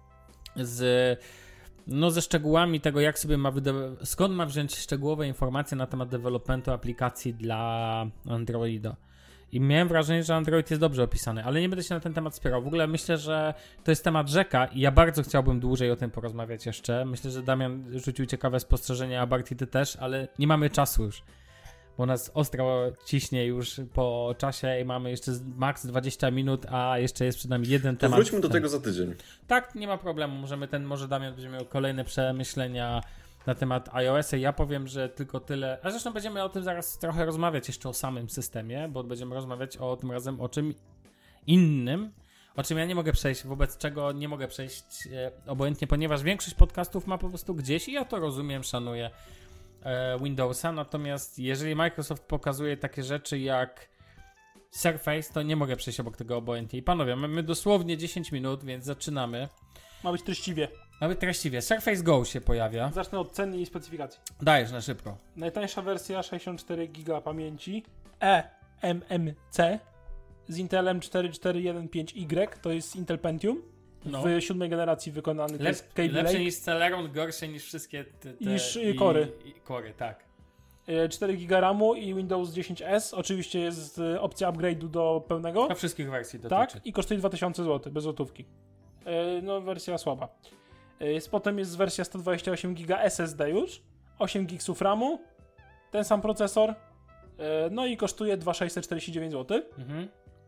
z, no, ze szczegółami tego, jak sobie ma wyde- skąd ma wziąć szczegółowe informacje na temat developmentu aplikacji dla Androida. I miałem wrażenie, że Android jest dobrze opisany, ale nie będę się na ten temat spierał. W ogóle myślę, że to jest temat rzeka i ja bardzo chciałbym dłużej o tym porozmawiać jeszcze. Myślę, że Damian rzucił ciekawe spostrzeżenia, a Barty ty też, ale nie mamy czasu już, bo nas ostro ciśnie już po czasie i mamy jeszcze maks dwadzieścia minut, a jeszcze jest przed nami jeden To temat. wróćmy do tego za tydzień. Tak, nie ma problemu. Możemy ten, może Damian będzie miał kolejne przemyślenia na temat iOS-a. Ja powiem, że tylko tyle. A zresztą będziemy o tym zaraz trochę rozmawiać jeszcze o samym systemie, bo będziemy rozmawiać o tym razem o czym innym, o czym ja nie mogę przejść, wobec czego nie mogę przejść e, obojętnie, ponieważ większość podcastów ma po prostu gdzieś i ja to rozumiem, szanuję e, Windowsa, natomiast jeżeli Microsoft pokazuje takie rzeczy jak Surface, to nie mogę przejść obok tego obojętnie. I panowie, mamy dosłownie dziesięć minut, więc zaczynamy. Ma być treściwie. Ma być treściwie. Surface Go się pojawia. Zacznę od ceny i specyfikacji. Dajesz na szybko. Najtańsza wersja sześćdziesiąt cztery giga pamięci E M M C z Intelem cztery cztery jeden pięć Y, to jest Intel Pentium No. w siódmej generacji wykonany. To Lep, jest Kaby lepsze Lake. niż Celeron, gorsze niż wszystkie te, te Niż i, Cory. I, Cory, tak. cztery giga ramu i Windows dziesięć S. Oczywiście jest y, opcja upgrade'u do pełnego. To wszystkich wersji dotyczy. Tak, i kosztuje dwa tysiące złotych, bez złotówki. Y, no, wersja słaba. Y, jest, potem jest wersja sto dwadzieścia osiem giga S S D już, osiem giga ramu, ten sam procesor, y, no i kosztuje dwa tysiące sześćset czterdzieści dziewięć złotych. Mhm.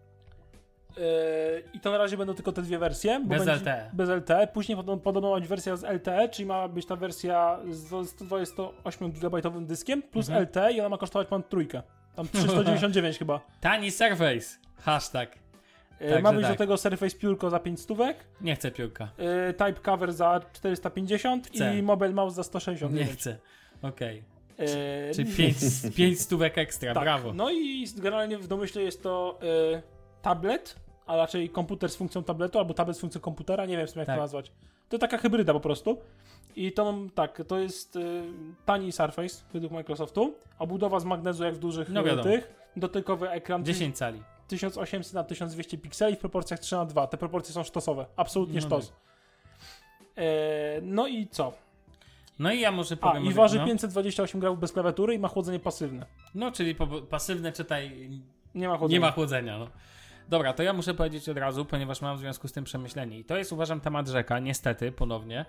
I to na razie będą tylko te dwie wersje. Bo bez będzie, L T E. Bez L T E. Później podobno, podobno ma być wersja z L T E, czyli ma być ta wersja z sto dwudziestu ośmiu gigabajtowym dyskiem plus mhm. L T E i ona ma kosztować ponad trójkę. Tam trzysta dziewięćdziesiąt dziewięć chyba. Tani Surface. Hashtag. E, ma być tak. do tego Surface piórko za pięć stówek. Nie chcę piórka. E, type cover za czterysta pięćdziesiąt chcę. i mobile mouse za sto sześćdziesiąt. Nie chcę. Okej. Okay. E, Czyli pięć stówek ekstra. Tak. Brawo. No i generalnie w domyśle jest to e, tablet, a raczej komputer z funkcją tabletu, albo tablet z funkcją komputera, nie wiem w sumie jak tak. to nazwać. To taka hybryda po prostu. I to mam, tak, to jest y, tani Surface według Microsoftu. Obudowa z magnezu jak w dużych no y, tych. Dotykowy ekran dziesięć cali. tysiąc osiemset na tysiąc dwieście pikseli w proporcjach trzy na dwa. Te proporcje są sztosowe. Absolutnie no sztos. E, no i co? No i ja może powiem... A, i może, waży no. pięćset dwadzieścia osiem gramów bez klawiatury i ma chłodzenie pasywne. No, czyli po, pasywne czytaj... Nie ma chłodzenia. Nie ma chłodzenia, no. Dobra, to ja muszę powiedzieć od razu, ponieważ mam w związku z tym przemyślenie. I to jest, uważam, temat rzeka, niestety, ponownie.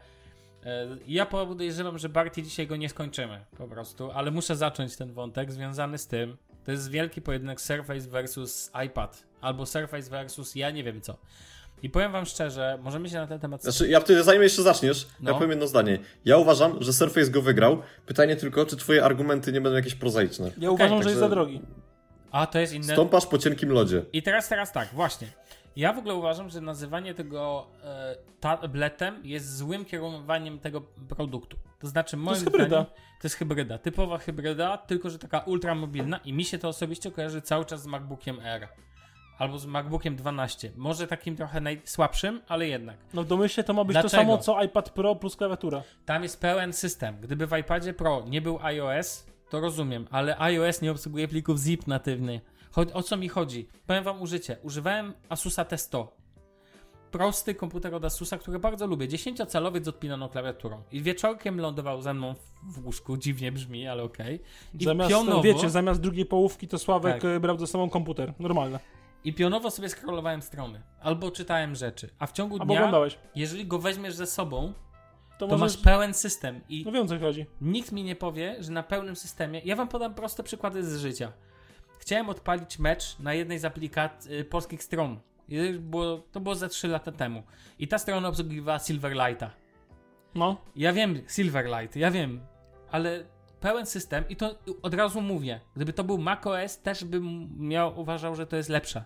Ja podejrzewam, że Barty dzisiaj go nie skończymy, po prostu, ale muszę zacząć ten wątek związany z tym. To jest wielki pojedynek Surface versus iPad, albo Surface versus ja nie wiem co. I powiem wam szczerze, możemy się na ten temat... Znaczy, ja wtedy, zanim jeszcze zaczniesz, no. ja powiem jedno zdanie. Ja uważam, że Surface go wygrał. Pytanie tylko, czy twoje argumenty nie będą jakieś prozaiczne. Ja okay, uważam, że jest za drogi. A, to jest inne... Stąpasz po cienkim lodzie. I teraz, teraz tak, właśnie. Ja w ogóle uważam, że nazywanie tego e, tabletem jest złym kierowaniem tego produktu. To znaczy, moim to jest hybryda. zdaniem, to jest hybryda. Typowa hybryda, tylko że taka ultramobilna i mi się to osobiście kojarzy cały czas z MacBookiem Air. Albo z MacBookiem dwanaście. Może takim trochę najsłabszym, ale jednak. No w domyśle to ma być Dlaczego? to samo co iPad Pro plus klawiatura. Tam jest pełen system. Gdyby w iPadzie Pro nie był iOS, to rozumiem, ale iOS nie obsługuje plików zip natywny. O co mi chodzi? Powiem wam użycie. Używałem Asusa T sto. Prosty komputer od Asusa, który bardzo lubię. dziesięciocalowy z odpinaną klawiaturą. I wieczorkiem lądował ze mną w łóżku. Dziwnie brzmi, ale okej. Okay. Zamiast, pionowo, wiecie, zamiast drugiej połówki to Sławek tak. brał ze sobą komputer. Normalne. I pionowo sobie scrollowałem strony. Albo czytałem rzeczy. A w ciągu Albo dnia, oglądałeś. jeżeli go weźmiesz ze sobą, to, to możesz... masz pełen system. I no wiem, o co chodzi. nikt mi nie powie, że na pełnym systemie... Ja wam podam proste przykłady z życia. Chciałem odpalić mecz na jednej z aplikacji y, polskich stron. I było, to było ze trzy lata temu. I ta strona obsługiwała Silverlighta. No. Ja wiem, Silverlight, ja wiem, ale pełen system i to od razu mówię. Gdyby to był macOS, też bym miał, uważał, że to jest lepsze.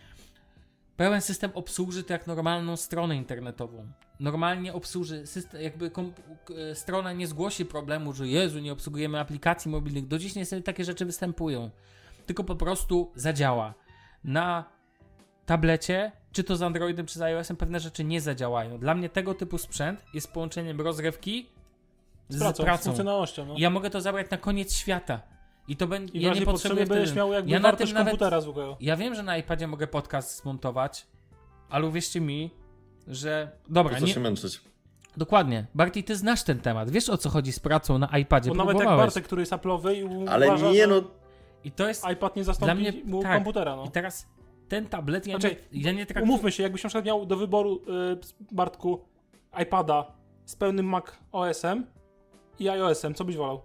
Pełen system obsłuży to jak normalną stronę internetową. Normalnie obsłuży system, jakby komp- strona nie zgłosi problemu, że Jezu, nie obsługujemy aplikacji mobilnych. Do dziś niestety takie rzeczy występują. Tylko po prostu zadziała. Na tablecie, czy to z Androidem, czy z iOS-em, pewne rzeczy nie zadziałają. Dla mnie tego typu sprzęt jest połączeniem rozrywki z, z pracą. pracą. Z funkcjonalnością. No. I ja mogę to zabrać na koniec świata. I to będzie. I ja nie potrzebuję będziesz miał jakby ja wartość na komputera nawet, zwykłego. Ja wiem, że na iPadzie mogę podcast zmontować, ale uwierzcie mi, że... Dobra, Po co nie... się męczyć? Dokładnie. Barty, ty znasz ten temat. Wiesz, o co chodzi z pracą na iPadzie. Bo nawet jak Bartek, który jest Apple'owy i ale uważa, nie no... I to jest... iPad nie zastąpi mnie, mu tak. komputera. No. I teraz ten tablet, ja, znaczy, nie, ja nie traktuję... Umówmy się, jakbyś na przykład miał do wyboru, yy, Bartku, iPada z pełnym Mac O S-em i iOS-em, co byś wolał?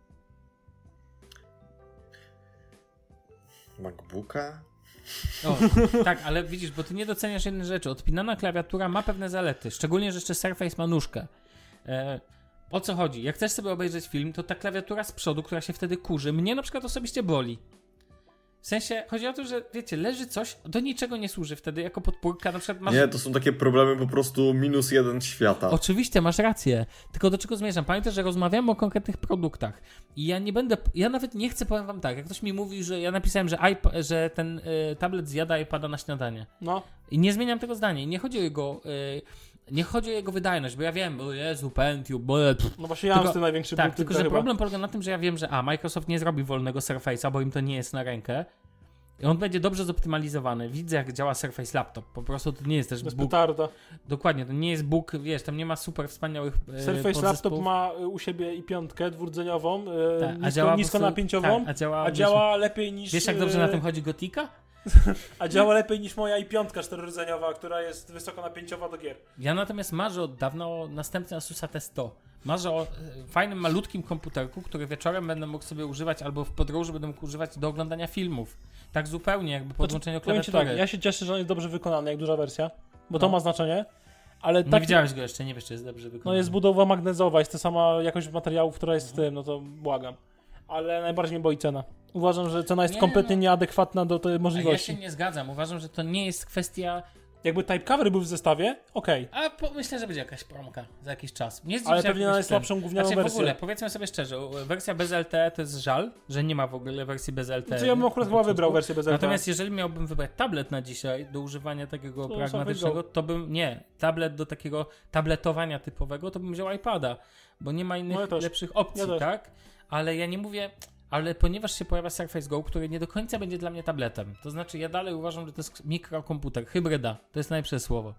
MacBooka? O, tak, ale widzisz, bo ty nie doceniasz jednej rzeczy. Odpinana klawiatura ma pewne zalety, szczególnie, że jeszcze Surface ma nóżkę. E, o co chodzi? Jak chcesz sobie obejrzeć film, to ta klawiatura z przodu, która się wtedy kurzy, mnie na przykład osobiście boli. W sensie, chodzi o to, że wiecie, leży coś, do niczego nie służy wtedy, jako podpórka, na przykład masz... Nie, to są takie problemy po prostu minus jeden świata. Oczywiście, masz rację. Tylko do czego zmierzam? Pamiętaj, że rozmawiamy o konkretnych produktach. I ja nie będę, ja nawet nie chcę, powiem wam tak, jak ktoś mi mówi, że ja napisałem, że, iPad, że ten y, tablet zjada iPada na śniadanie. No. I nie zmieniam tego zdania. I nie chodzi o jego... Y, Nie chodzi o jego wydajność, bo ja wiem, o Jezu, Pentium, bo... No właśnie ja tylko, mam z tym największy tak, ból. tylko że chyba. Problem polega na tym, że ja wiem, że a, Microsoft nie zrobi wolnego Surface'a, bo im to nie jest na rękę. I on będzie dobrze zoptymalizowany. Widzę, jak działa Surface Laptop. Po prostu to nie jest też Bez Bóg. petarda. Dokładnie, to nie jest Bóg, wiesz, tam nie ma super wspaniałych e, Surface Laptop ma u siebie i piątkę dwurdzeniową, e, tak, nisko, działa niskonapięciową, tak, a działa, a działa wiesz, lepiej niż... Wiesz, jak dobrze na tym chodzi Gotika? A działa lepiej niż moja i piątka czterorodzeniowa, która jest wysokonapięciowa do gier. Ja natomiast marzę od dawna o następnym Asusa T sto. Marzę o fajnym, malutkim komputerku, który wieczorem będę mógł sobie używać, albo w podróży będę mógł używać do oglądania filmów. Tak zupełnie, jakby podłączenie klawiatury. Tak, ja się cieszę, że on jest dobrze wykonany, jak duża wersja, bo no. to ma znaczenie. Ale nie tak, widziałeś go jeszcze, nie wiesz, czy jest dobrze wykonany. No jest budowa magnezowa, jest ta sama jakość materiałów, która jest w tym, no to błagam. Ale najbardziej mnie boi cena. Uważam, że cena jest nie, kompletnie no. nieadekwatna do tej możliwości. Ja się nie zgadzam. Uważam, że to nie jest kwestia... Jakby typecover był w zestawie, okej. Okay. A po, myślę, że będzie jakaś promka za jakiś czas. Nie ale pewnie na najsłabszą gównianą znaczy, wersję. w ogóle, powiedzmy sobie szczerze, wersja bez L T E to jest żal, że nie ma w ogóle wersji bez L T E. To ja bym akurat chyba wybrał wersję bez L T E. Natomiast jeżeli miałbym wybrać tablet na dzisiaj do używania takiego to pragmatycznego, to bym, nie, tablet do takiego tabletowania typowego, to bym wziął iPada, bo nie ma innych no ja lepszych opcji, ja tak? Ale ja nie mówię... Ale ponieważ się pojawia Surface Go, który nie do końca będzie dla mnie tabletem, to znaczy ja dalej uważam, że to jest mikrokomputer, hybryda, to jest najlepsze słowo.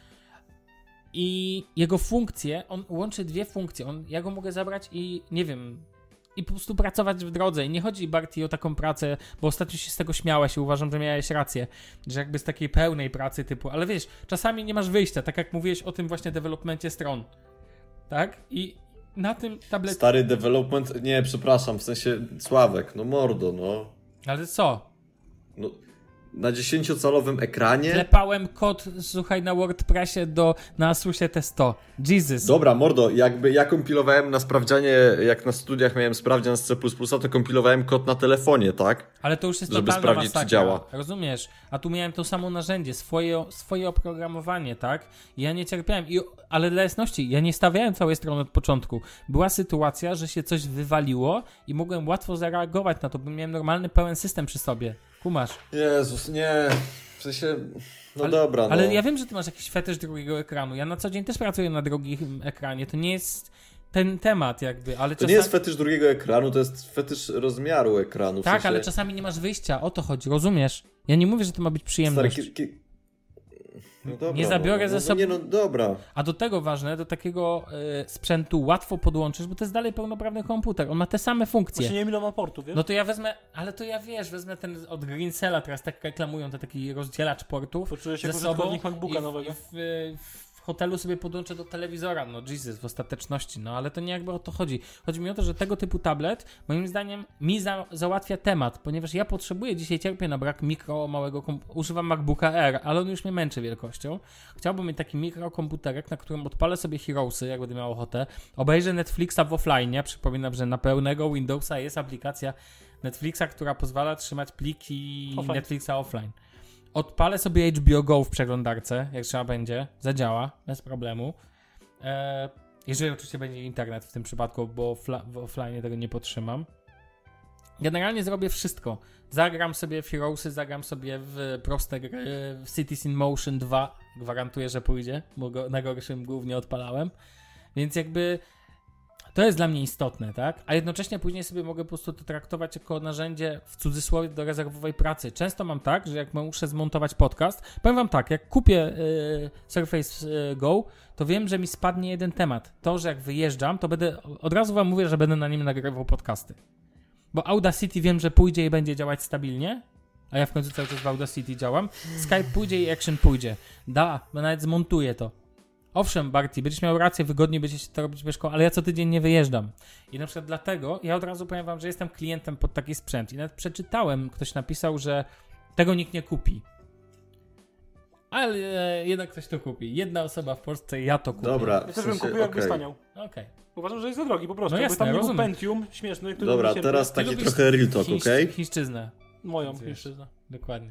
I jego funkcje, on łączy dwie funkcje, on, ja go mogę zabrać i nie wiem, i po prostu pracować w drodze. I nie chodzi, Barty, o taką pracę, bo ostatnio się z tego śmiałeś i uważam, że miałeś rację, że jakby z takiej pełnej pracy typu, ale wiesz, czasami nie masz wyjścia, tak jak mówiłeś o tym właśnie developmencie stron, tak? I na tym tablecie... Stary development... Nie, przepraszam, w sensie Sławek, no mordo, no. Ale co? No, na dziesięciocalowym ekranie... Klepałem kod, słuchaj, na WordPressie do, na Asusie T sto. Jesus. Dobra, mordo, jakby ja kompilowałem na sprawdzianie, jak na studiach miałem sprawdzian z C plus plus, to kompilowałem kod na telefonie, tak? Ale to już jest żeby totalna sprawdzić, masakra. czy działa. Rozumiesz? A tu miałem to samo narzędzie, swoje, swoje oprogramowanie, tak? I ja nie cierpiałem. I, ale dla jasności, ja nie stawiałem całej strony od początku. Była sytuacja, że się coś wywaliło i mogłem łatwo zareagować na to, bo miałem normalny, pełen system przy sobie. Kumasz? Jezus, nie. W sensie... No ale, dobra, no. Ale ja wiem, że ty masz jakiś fetysz drugiego ekranu. Ja na co dzień też pracuję na drugim ekranie. To nie jest ten temat jakby, ale To czasami... nie jest fetysz drugiego ekranu, to jest fetysz rozmiaru ekranu. W tak, sensie... ale czasami nie masz wyjścia. O to chodzi, rozumiesz? Ja nie mówię, że to ma być przyjemność. Stary, ki- ki- No dobra, nie zabiorę no, ze no, sobą. Nie, no dobra. A do tego ważne, do takiego y, sprzętu łatwo podłączysz, bo to jest dalej pełnoprawny komputer. On ma te same funkcje. Właśnie nie wiem, ile ma portów, wiesz? No to ja wezmę, ale to ja wiesz, wezmę ten od Greensela, teraz tak reklamują, to taki rozdzielacz portów. Poczuję się ze jako użytkownik sobą MacBooka i w, nowego. I w, w hotelu sobie podłączę do telewizora, no Jesus, w ostateczności, no ale to nie jakby o to chodzi. Chodzi mi o to, że tego typu tablet, moim zdaniem, mi za, załatwia temat, ponieważ ja potrzebuję, dzisiaj cierpię na brak mikro, małego, komp- używam MacBooka Air, ale on już mnie męczy wielkością. Chciałbym mieć taki mikrokomputerek, na którym odpalę sobie Heroesy, jak będę miał ochotę, obejrzę Netflixa w offline, przypominam, że na pełnego Windowsa jest aplikacja Netflixa, która pozwala trzymać pliki offline. Netflixa offline. Odpalę sobie H B O Go w przeglądarce, jak trzeba będzie, zadziała, bez problemu. Eee, jeżeli oczywiście będzie internet w tym przypadku, bo fla- w offline tego nie potrzymam. Generalnie zrobię wszystko. Zagram sobie w Heroesy, zagram sobie w proste gry, w Cities in Motion dwa. Gwarantuję, że pójdzie, bo go na gorszym głównie odpalałem. Więc jakby to jest dla mnie istotne, tak? A jednocześnie później sobie mogę po prostu to traktować jako narzędzie w cudzysłowie do rezerwowej pracy. Często mam tak, że jak muszę zmontować podcast, powiem wam tak, jak kupię y, Surface y, Go, to wiem, że mi spadnie jeden temat. To, że jak wyjeżdżam, to będę, od razu wam mówię, że będę na nim nagrywał podcasty. Bo Audacity wiem, że pójdzie i będzie działać stabilnie, a ja w końcu cały czas w Audacity działam. Skype pójdzie i Action pójdzie. Da, bo nawet zmontuję to. Owszem, Barty, będziesz miał rację, wygodniej będzie się to robić myszką, ale ja co tydzień nie wyjeżdżam. I na przykład dlatego, ja od razu powiem wam, że jestem klientem pod taki sprzęt. I nawet przeczytałem, ktoś napisał, że tego nikt nie kupi. ale e, jednak ktoś to kupi. Jedna osoba w Polsce, ja to kupię. Dobra, Ja w też bym sensie, kupił, jakby okej. staniał. Okej. Okay. Uważam, że jest za drogi po prostu. No Jakby jasne, tam nie był rozumiem. Pentium śmieszny, który Dobra, mi się teraz Ty taki lubisz trochę real talk, chińsz- okej? Chińszczyznę. moją Wiesz. chińszczyznę. Dokładnie.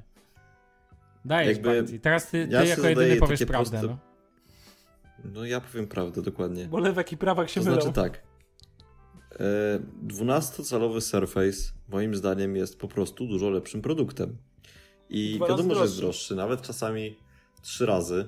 Dajesz Jakby Jakby, Teraz ty, ty ja sobie jako zadaję jedyny powiesz takie prawdę. proste- No. No ja powiem prawdę, dokładnie. Bo lewek i prawak się To mylą. znaczy tak. e, dwunastocalowy Surface moim zdaniem jest po prostu dużo lepszym produktem. I Dwa razy wiadomo, że jest droższy. droższy, nawet czasami trzy razy,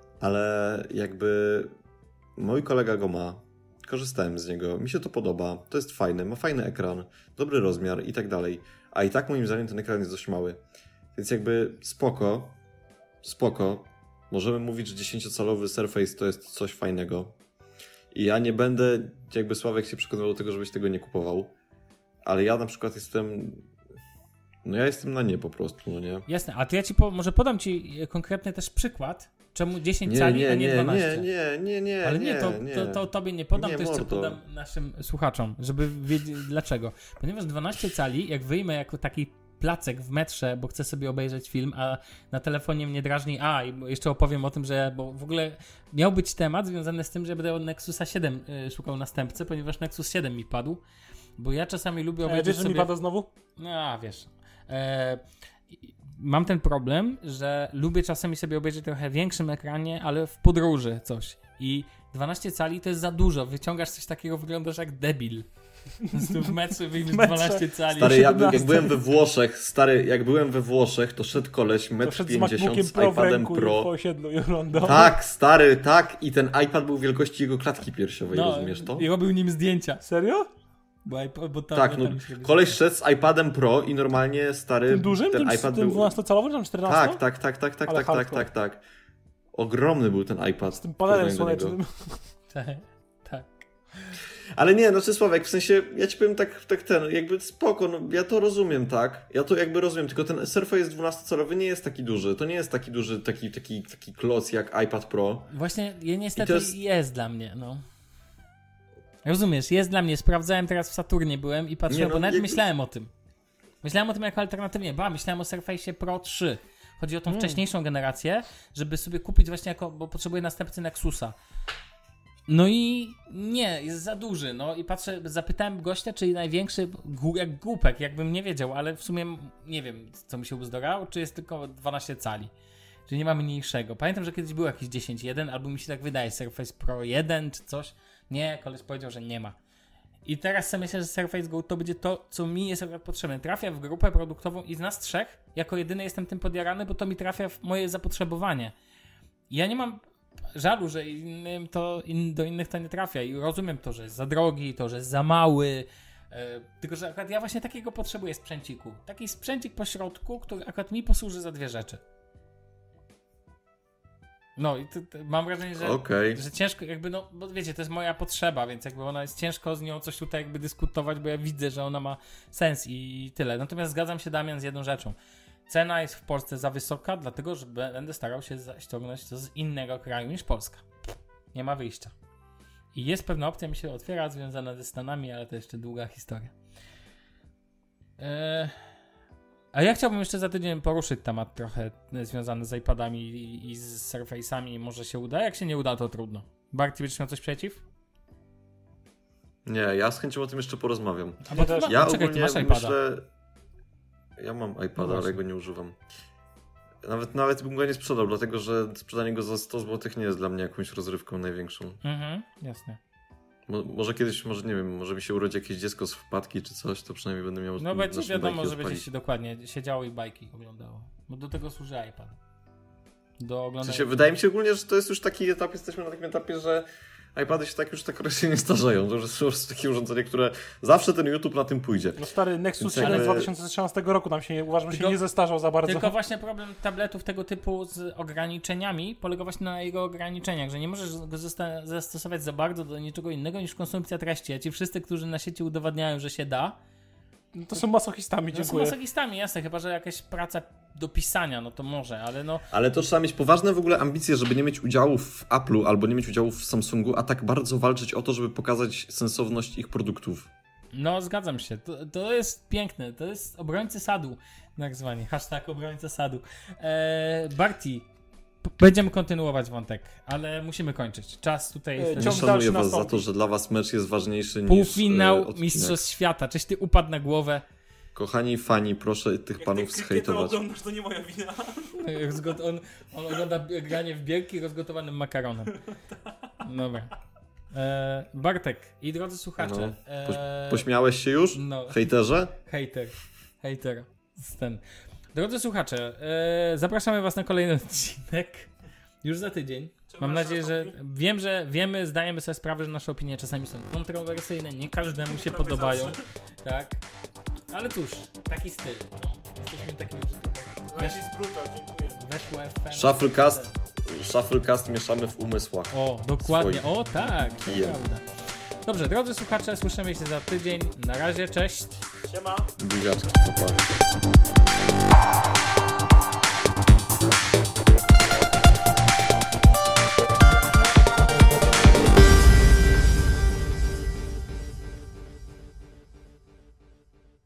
ale jakby mój kolega go ma, korzystałem z niego, mi się to podoba, to jest fajne, ma fajny ekran, dobry rozmiar i tak dalej. A i tak moim zdaniem ten ekran jest dość mały. Więc jakby spoko, spoko. Możemy mówić, że dziesięciocalowy Surface to jest coś fajnego. I ja nie będę, jakby Sławek się przekonywał do tego, żebyś tego nie kupował. Ale ja na przykład jestem... No ja jestem na nie po prostu, no nie? Jasne, a to ja ci po, może podam ci konkretny też przykład, czemu dziesięć Nie, cali, nie, a nie nie, dwanaście. nie, nie, nie, nie, Ale nie, to, nie. to, to tobie nie podam, Nie, to jeszcze mordo. podam naszym słuchaczom, żeby wiedzieć dlaczego. Ponieważ dwanaście cali, jak wyjmę jako taki placek w metrze, bo chcę sobie obejrzeć film, a na telefonie mnie drażni, a i jeszcze opowiem o tym, że, bo w ogóle miał być temat związany z tym, że będę od Nexusa siedem y, szukał następcy, ponieważ Nexus siedem mi padł, bo ja czasami lubię E, obejrzeć wiesz, że sobie... mi pada znowu? No, a wiesz. E, mam ten problem, że lubię czasami sobie obejrzeć trochę większym ekranie, ale w podróży coś. I dwanaście cali to jest za dużo. Wyciągasz coś takiego, wyglądasz jak debil. W metrze wyjmiesz metrze. dwanaście cali. Stary, ja, siedemnaście. jak byłem we Włoszech, stary, jak byłem we Włoszech, to szedł koleś To metr szedł z pięćdziesiąt MacBookiem z Pro w iPadem ręku i po Pro. osiedlu i oglądał. Tak, stary, tak. I ten iPad był wielkości jego klatki piersiowej, No, rozumiesz to? i robił nim zdjęcia. Serio? Bo, iP- bo tam, Tak, no, tam się koleś szedł z iPadem Pro i normalnie, stary, Tym dużym? ten Tym, iPad tym był... dwunastocalowym, czy czternastym? Tak, tak, tak, tak, tak, Ale tak, tak, hardcore. tak, tak. Ogromny był ten iPad. Z tym panelem w porównaniu do niego. słonecznym. Tak, tak. Ale nie, no czy Sławek, w sensie, ja ci powiem tak, tak ten, jakby spoko, no ja to rozumiem, tak? Ja to jakby rozumiem, tylko ten Surface dwunastocalowy nie jest taki duży, to nie jest taki duży, taki, taki, taki kloc jak iPad Pro. Właśnie, je niestety jest- jest... jest dla mnie, no. Rozumiesz, jest dla mnie. Sprawdzałem teraz w Saturnie byłem i patrzyłem, Nie, no, bo nawet jak- myślałem o tym. Myślałem o tym jako alternatywnie. Ba, myślałem o Surface Pro trzy. Chodzi o tą wcześniejszą generację, żeby sobie kupić właśnie jako, bo potrzebuję następcy Nexusa. No i nie, jest za duży, no i patrzę, zapytałem gościa, czy największy, gó- jak głupek, jakbym nie wiedział, ale w sumie nie wiem, co mi się uzdorało, czy jest tylko dwanaście cali. Czyli nie ma mniejszego. Pamiętam, że kiedyś był jakiś dziesięć jeden, albo mi się tak wydaje, Surface Pro jeden czy coś. Nie, koleś powiedział, że nie ma. I teraz sobie myślę, że Surface Go to będzie to, co mi jest akurat potrzebne. Trafia w grupę produktową i z nas trzech, jako jedyny jestem tym podjarany, bo to mi trafia w moje zapotrzebowanie. I ja nie mam żalu, że innym to, in, do innych to nie trafia i rozumiem to, że jest za drogi, to, że jest za mały, yy, tylko, że akurat ja właśnie takiego potrzebuję sprzęciku. Taki sprzęcik po środku, który akurat mi posłuży za dwie rzeczy. No i to, to mam wrażenie, że, Okej. że ciężko jakby, no, bo wiecie, to jest moja potrzeba, więc jakby ona jest ciężko z nią coś tutaj jakby dyskutować, bo ja widzę, że ona ma sens i tyle. Natomiast zgadzam się, Damian, z jedną rzeczą. Cena jest w Polsce za wysoka, dlatego, że będę starał się ściągnąć to z innego kraju niż Polska. Nie ma wyjścia. I jest pewna opcja, mi się otwiera, związana ze Stanami, ale to jeszcze długa historia. Eee... A ja chciałbym jeszcze za tydzień poruszyć temat trochę związany z iPadami i, i z Surface'ami. Może się uda. Jak się nie uda, to trudno. Barty, będziesz miał coś przeciw? Nie, ja z chęcią o tym jeszcze porozmawiam. A bo ty też. ma... Ja Czekaj, ty ogólnie masz iPada. myślę... Ja mam No iPada, właśnie. ale go nie używam. Nawet, nawet bym go nie sprzedał, dlatego że sprzedanie go za sto złotych nie jest dla mnie jakąś rozrywką największą. Mhm, jasne. Mo, może kiedyś, może nie wiem, może mi się urodzi jakieś dziecko z wpadki czy coś, to przynajmniej będę miał... No będzie nasze wiadomo, bajki że będzie odpalić. się dokładnie siedziało i bajki oglądało. Bo do tego służy iPad. Do W oglądania... sensie, wydaje mi się ogólnie, że to jest już taki etap, jesteśmy na takim etapie, że iPady się tak już tak się nie starzeją. To już są po prostu takie urządzenia, które zawsze ten YouTube na tym pójdzie. No stary, Nexus Więc siedem z jakby- dwa tysiące trzynastego roku nam się, nie, uważam, że się Tylko- nie zestarzał za bardzo. Tylko właśnie problem tabletów tego typu z ograniczeniami polega właśnie na jego ograniczeniach, że nie możesz go zosta- zastosować za bardzo do niczego innego niż konsumpcja treści. A ci wszyscy, którzy na sieci udowadniają, że się da, No to są masochistami, no są dziękuję. masochistami, jasne, chyba że jakaś praca do pisania, no to może, ale no Ale to trzeba mieć poważne w ogóle ambicje, żeby nie mieć udziału w Apple'u albo nie mieć udziału w Samsungu, a tak bardzo walczyć o to, żeby pokazać sensowność ich produktów. No, zgadzam się. To, to jest piękne. To jest obrońcy sadu, tak zwani. Hashtag obrońca sadu. Eee, Barty, Będziemy kontynuować wątek, ale musimy kończyć. Czas tutaj E, jest... ciąg Nie dalszy szanuję was nastąpi. za to, że dla was mecz jest ważniejszy niż Półfinał e, odcinek. Mistrzostw Świata. Czyś ty upadł na głowę? Kochani fani, proszę tych Jak panów ty to zhejtować. oglądasz, to nie moja wina. Rozgot- on, on ogląda granie w bielki rozgotowanym makaronem. Dobra. E, Bartek i drodzy słuchacze. No. E, Pośmiałeś się już? no, Hejterze? hejter. Hejter. Z ten. Drodzy słuchacze, e, zapraszamy was na kolejny odcinek. Już za tydzień. Mam nadzieję, że wiem, że wiemy, zdajemy sobie sprawę, że nasze opinie czasami są kontrowersyjne, nie każdemu się podobają. Tak. Ale cóż, taki styl. No. Jesteśmy takimi, że Weź jest brutal, dziękuję. weszło F M. Shufflecast, Shufflecast mieszamy w umysłach. O, dokładnie. Swoim. O, tak. To Kijem. prawda. Dobrze, drodzy słuchacze, słyszymy się za tydzień. Na razie, cześć. Siema. Buziaczki, chłopaki.